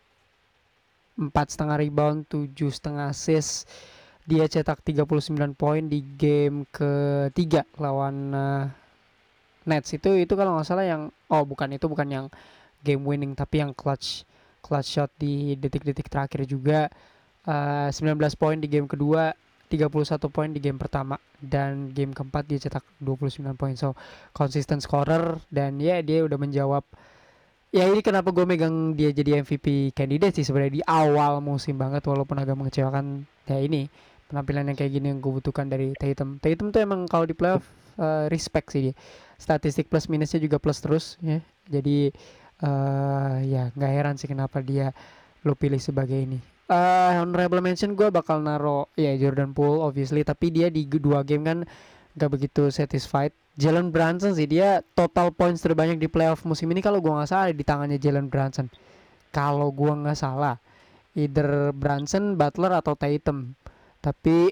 empat setengah rebound, tujuh setengah assist. Dia cetak tiga puluh sembilan poin di game ketiga lawan uh, Nets. Itu itu kalau nggak salah yang oh bukan itu bukan yang game winning, tapi yang clutch clutch shot di detik-detik terakhir juga. Uh, sembilan belas poin di game kedua, tiga puluh satu poin di game pertama, dan game keempat dia cetak dua puluh sembilan poin. So consistent scorer, dan ya yeah, dia udah menjawab. Ya ini kenapa gue megang dia jadi M V P candidate sih sebenarnya di awal musim banget, walaupun agak mengecewakan. Ya ini penampilan yang kayak gini yang gue butuhkan dari Tatum. Tatum tuh emang kalau di playoff uh, respect sih dia. Statistik plus minusnya juga plus terus ya. Jadi uh, ya nggak heran sih kenapa dia lo pilih sebagai ini. Uh, honorable mention gue bakal naro ya Jordan Poole obviously, tapi dia di dua game kan gak begitu satisfied. Jalen Brunson sih, dia total points terbanyak di playoff musim ini kalau gue nggak salah di tangannya Jalen Brunson. Kalau gue nggak salah, either Brunson, Butler atau Tatum. Tapi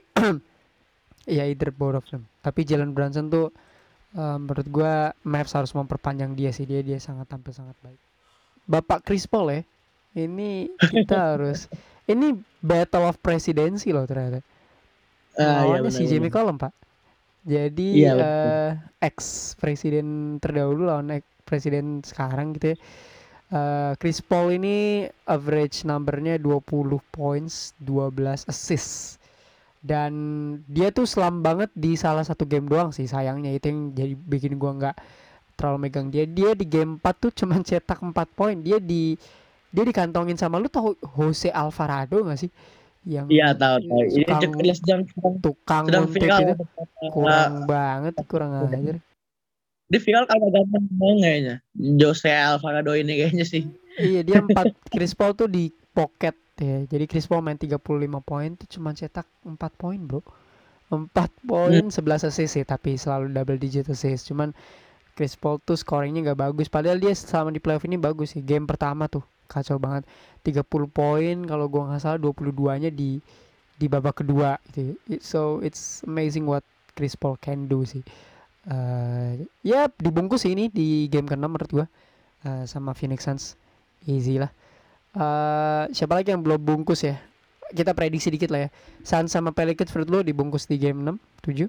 ya either both of them. Tapi Jalen Brunson tuh uh, menurut gue Mavs harus memperpanjang dia sih, dia dia sangat tampil sangat baik. Bapak Chris Paul ya, ini kita harus ini battle of presidency loh ternyata.
Ah, iya,
Lawannya
benar,
si Jamie
benar.
Cullum pak. Jadi
Iya betul.
uh, ex presiden terdahulu lawan ex presiden sekarang gitu ya. Uh, Chris Paul ini average numbernya dua puluh points, dua belas assist. Dan dia tuh selam banget di salah satu game doang sih, sayangnya itu yang jadi bikin gua nggak terlalu megang dia. Dia di game empat tuh cuman cetak empat poin. Dia di dia dikantongin sama, lu tahu Jose Alvarado gak sih? Yang
Iya tahu tahu. Ini
suka
cukup sedang sedang,
tukang
sedang
nguntit
viral
itu.
ya, beberapa.
Kurang banget, kurang ajar.
Dia viral karena gampang banget kayaknya. Jose Alvarado ini kayaknya sih.
Iya, dia empat Chris Paul tuh di pocket ya. Jadi Chris Paul main tiga puluh lima poin tuh cuma cetak empat poin, Bro. Empat
Hmm.
poin, sebelas assist sih, tapi selalu double digit assist. Cuman Chris Paul tuh scoringnya gak bagus. Padahal dia selama di playoff ini bagus sih. Game pertama tuh kacau banget. tiga puluh poin, kalau gua nggak salah dua puluh dua-nya di di babak kedua gitu. So it's amazing what Chris Paul can do sih. Uh, ya dibungkus ini di game keenam menurut gua, uh, sama Phoenix Suns. Easy lah. Uh, siapa lagi yang belum bungkus ya? Kita prediksi dikit lah ya. Suns sama Pelicans menurut lo dibungkus di game enam, tujuh?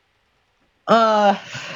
Ah,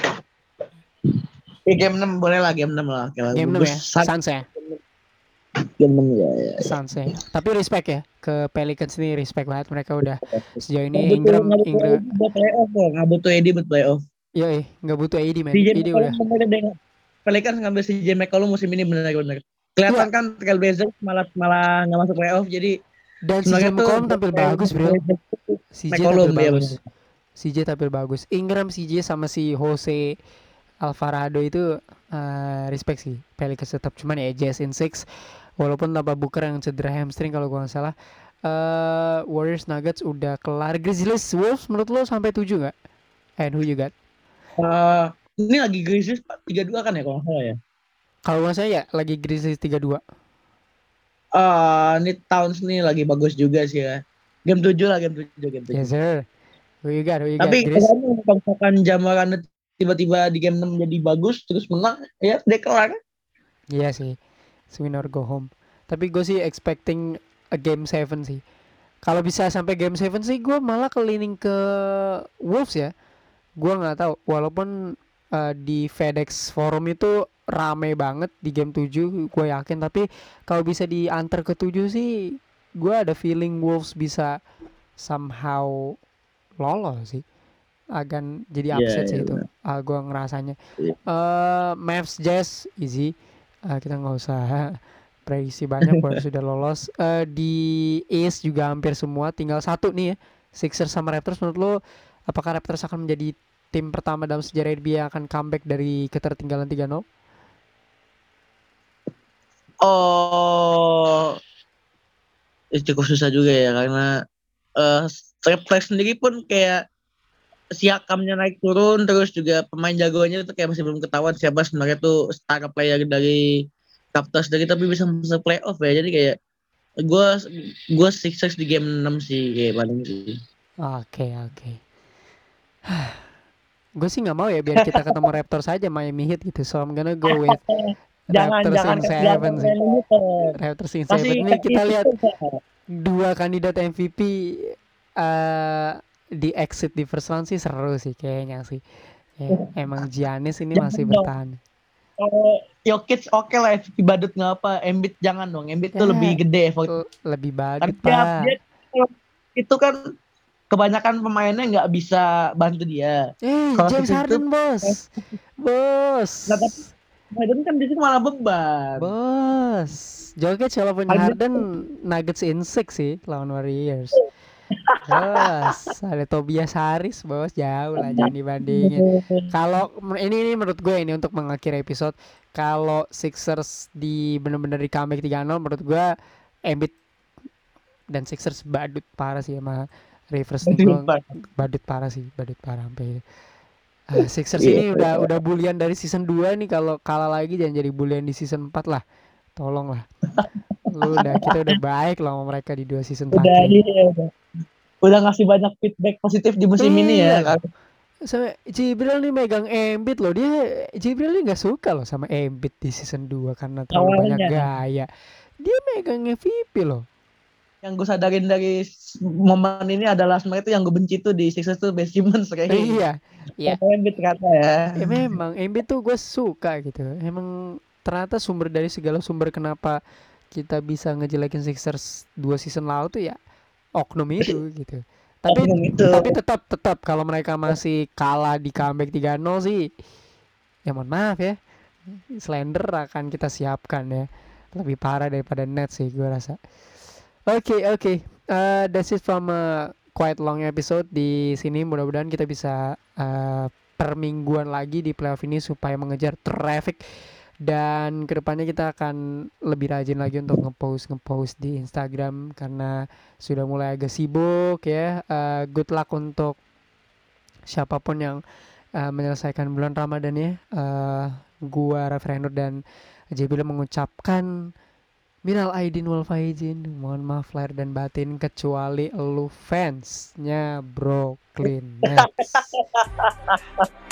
uh, game enam boleh lah, game enam lah. Kalau
Game enam
bungkus
ya,
Suns
Suns ya.
game enam ya, ya, ya.
Suns ya. Tapi respect ya ke Pelicans ini, respect banget, mereka udah sejauh
Nggak
ini
butuh
Ingram
nggak butuh
Ingram
A D buat playoff kok, nggak butuh A D buat playoff.
Yoi, nggak butuh A D men.
C J
A D
McCollum
udah.
bener deh. Pelicans ngambil C J McCollum musim ini benar-benar. Kelihatan
Iya.
kan Trailblazers malah malah nggak masuk playoff, jadi
Dan C J
sebenarnya tuh
McCollum tampil bagus, bro. C J
McCollum
tampil
dia
bagus.
benar.
C J tampil bagus. Ingram, C J sama si Jose Alvarado itu uh, respect sih. Pelicans tetap, cuman ya Jazz in six walaupun tanpa Booker yang cedera hamstring kalau gua nggak salah. Uh, Warriors Nuggets udah kelar. Grizzlies Wolves menurut lo sampai tujuh nggak? And who you got?
Uh, ini lagi Grizzlies tiga dua kan ya kalau nggak salah ya.
Kalau nggak salah ya lagi Grizzlies tiga dua.
Ah, ini Towns nih lagi bagus juga sih ya. Game tujuh lah, game tujuh, game tujuh.
Yes sir. Who you got? Who you got?
Tapi
Grizz?
kalau misalkan Jamoran tiba-tiba di game enam jadi bagus terus menang, ya dia kelar.
Iya sih. Win or go home. Tapi gue sih expecting a game seven sih. Kalau bisa sampai game seven sih gue malah keliling ke Wolves ya. Gue nggak tahu. Walaupun uh, di FedEx Forum itu rame banget di game tujuh, gue yakin. Tapi kalau bisa diantar ke tujuh sih, gue ada feeling Wolves bisa somehow lolos sih. Akan jadi
Iya,
upset
iya
sih itu.
benar.
Uh, gue ngerasanya.
Iya.
Uh, Mavs Jazz easy. Uh, kita nggak usah prediksi banyak. Warriors sudah lolos. Uh, di East juga hampir semua. Tinggal satu nih ya. Sixers sama Raptors. Menurut lo, apakah Raptors akan menjadi tim pertama dalam sejarah N B A yang akan comeback dari ketertinggalan tiga nol?
Oh, itu cukup susah juga ya karena eh Raptors sendiri pun kayak Siakamnya naik turun terus juga pemain jagoannya itu kayak masih belum ketahuan siapa sebenarnya tuh star player dari Raptors dari tapi bisa masuk playoff ya. Jadi kayak gue gue Sixers di game enam sih kayak paling sih.
Oke, oke. Gue sih nggak mau ya biar kita ketemu Raptors saja Miami Heat gitu. So I'm gonna go with
Jangan
Raptors
jangan
in
jangan
seven sih.
gitu.
Raptors in
Kasih
seven. Ini kita
kasih
lihat
itu.
dua kandidat M V P uh, di exit di first round sih seru sih kayaknya sih. Ya, emang Giannis ini
Jangan
masih
dong.
bertahan.
Kalau Jokic oke lah M V P badut nggak apa. Embiid jangan dong. Embiid tuh lebih
Ya,
gede
l- lebih
karena
badut
dia, dia
pak.
itu kan kebanyakan pemainnya nggak bisa bantu dia.
Eh,
Kalau
James
Sixers itu,
Harden bos, bos,
nah tapi Harden kan di situ malah beban.
bos. Jokic walaupun
Harden
Harden Nuggets in six sih lawan Warriors. Bos, ada Tobias Harris bos, jauh lah jangan dibandingin. Kalau ini ini menurut gue ini untuk mengakhiri episode, kalau Sixers di bener-bener di comeback tiga nol menurut gue Embiid dan Sixers badut parah sih sama Rivers nih, gue badut parah sih, badut parah sampai ah, Sixers
Iya.
ini udah udah bulian dari season dua nih, kalau kalah lagi jangan jadi bulian di season empat lah. Tolong lah. Lu udah kita udah baik lah sama mereka di dua season
Udah
terakhir.
iya, udah. Udah ngasih banyak feedback positif di musim ini
Iya
ya
loh.
kan.
Sama Jibril nih megang Embiid loh. Dia Jibril nih gak suka loh sama Embiid di season dua karena terlalu banyak
Awalnya
gaya. Dia megang M V P loh.
yang gue sadarin dari momen ini adalah sebenarnya itu yang gue benci tuh di Sixers tuh Ben Simmons kayaknya.
Iya. Iya.
Embiid kata ya.
Ya memang Embiid tuh gue suka gitu. Emang ternyata sumber dari segala sumber kenapa kita bisa ngejelekin Sixers dua season lalu tuh ya oknum itu gitu. Tapi
Oknum itu.
tapi tetap tetap kalau mereka masih kalah di comeback tiga nol sih, ya mohon maaf ya. Slender akan kita siapkan ya. Lebih parah daripada Nets sih gue rasa. Oke okay, oke. Okay. Uh, that's it from a quite long episode di sini. Mudah-mudahan kita bisa uh, per mingguan lagi di playoff ini supaya mengejar traffic. Dan kedepannya kita akan lebih rajin lagi untuk ngepost ngepost di Instagram karena sudah mulai agak sibuk ya. Uh, good luck untuk siapapun yang uh, menyelesaikan bulan Ramadan ya. Uh, gua Referendur dan J B mengucapkan minal aidin wal faizin, mohon maaf lahir dan batin kecuali elu fansnya Brooklyn Nets.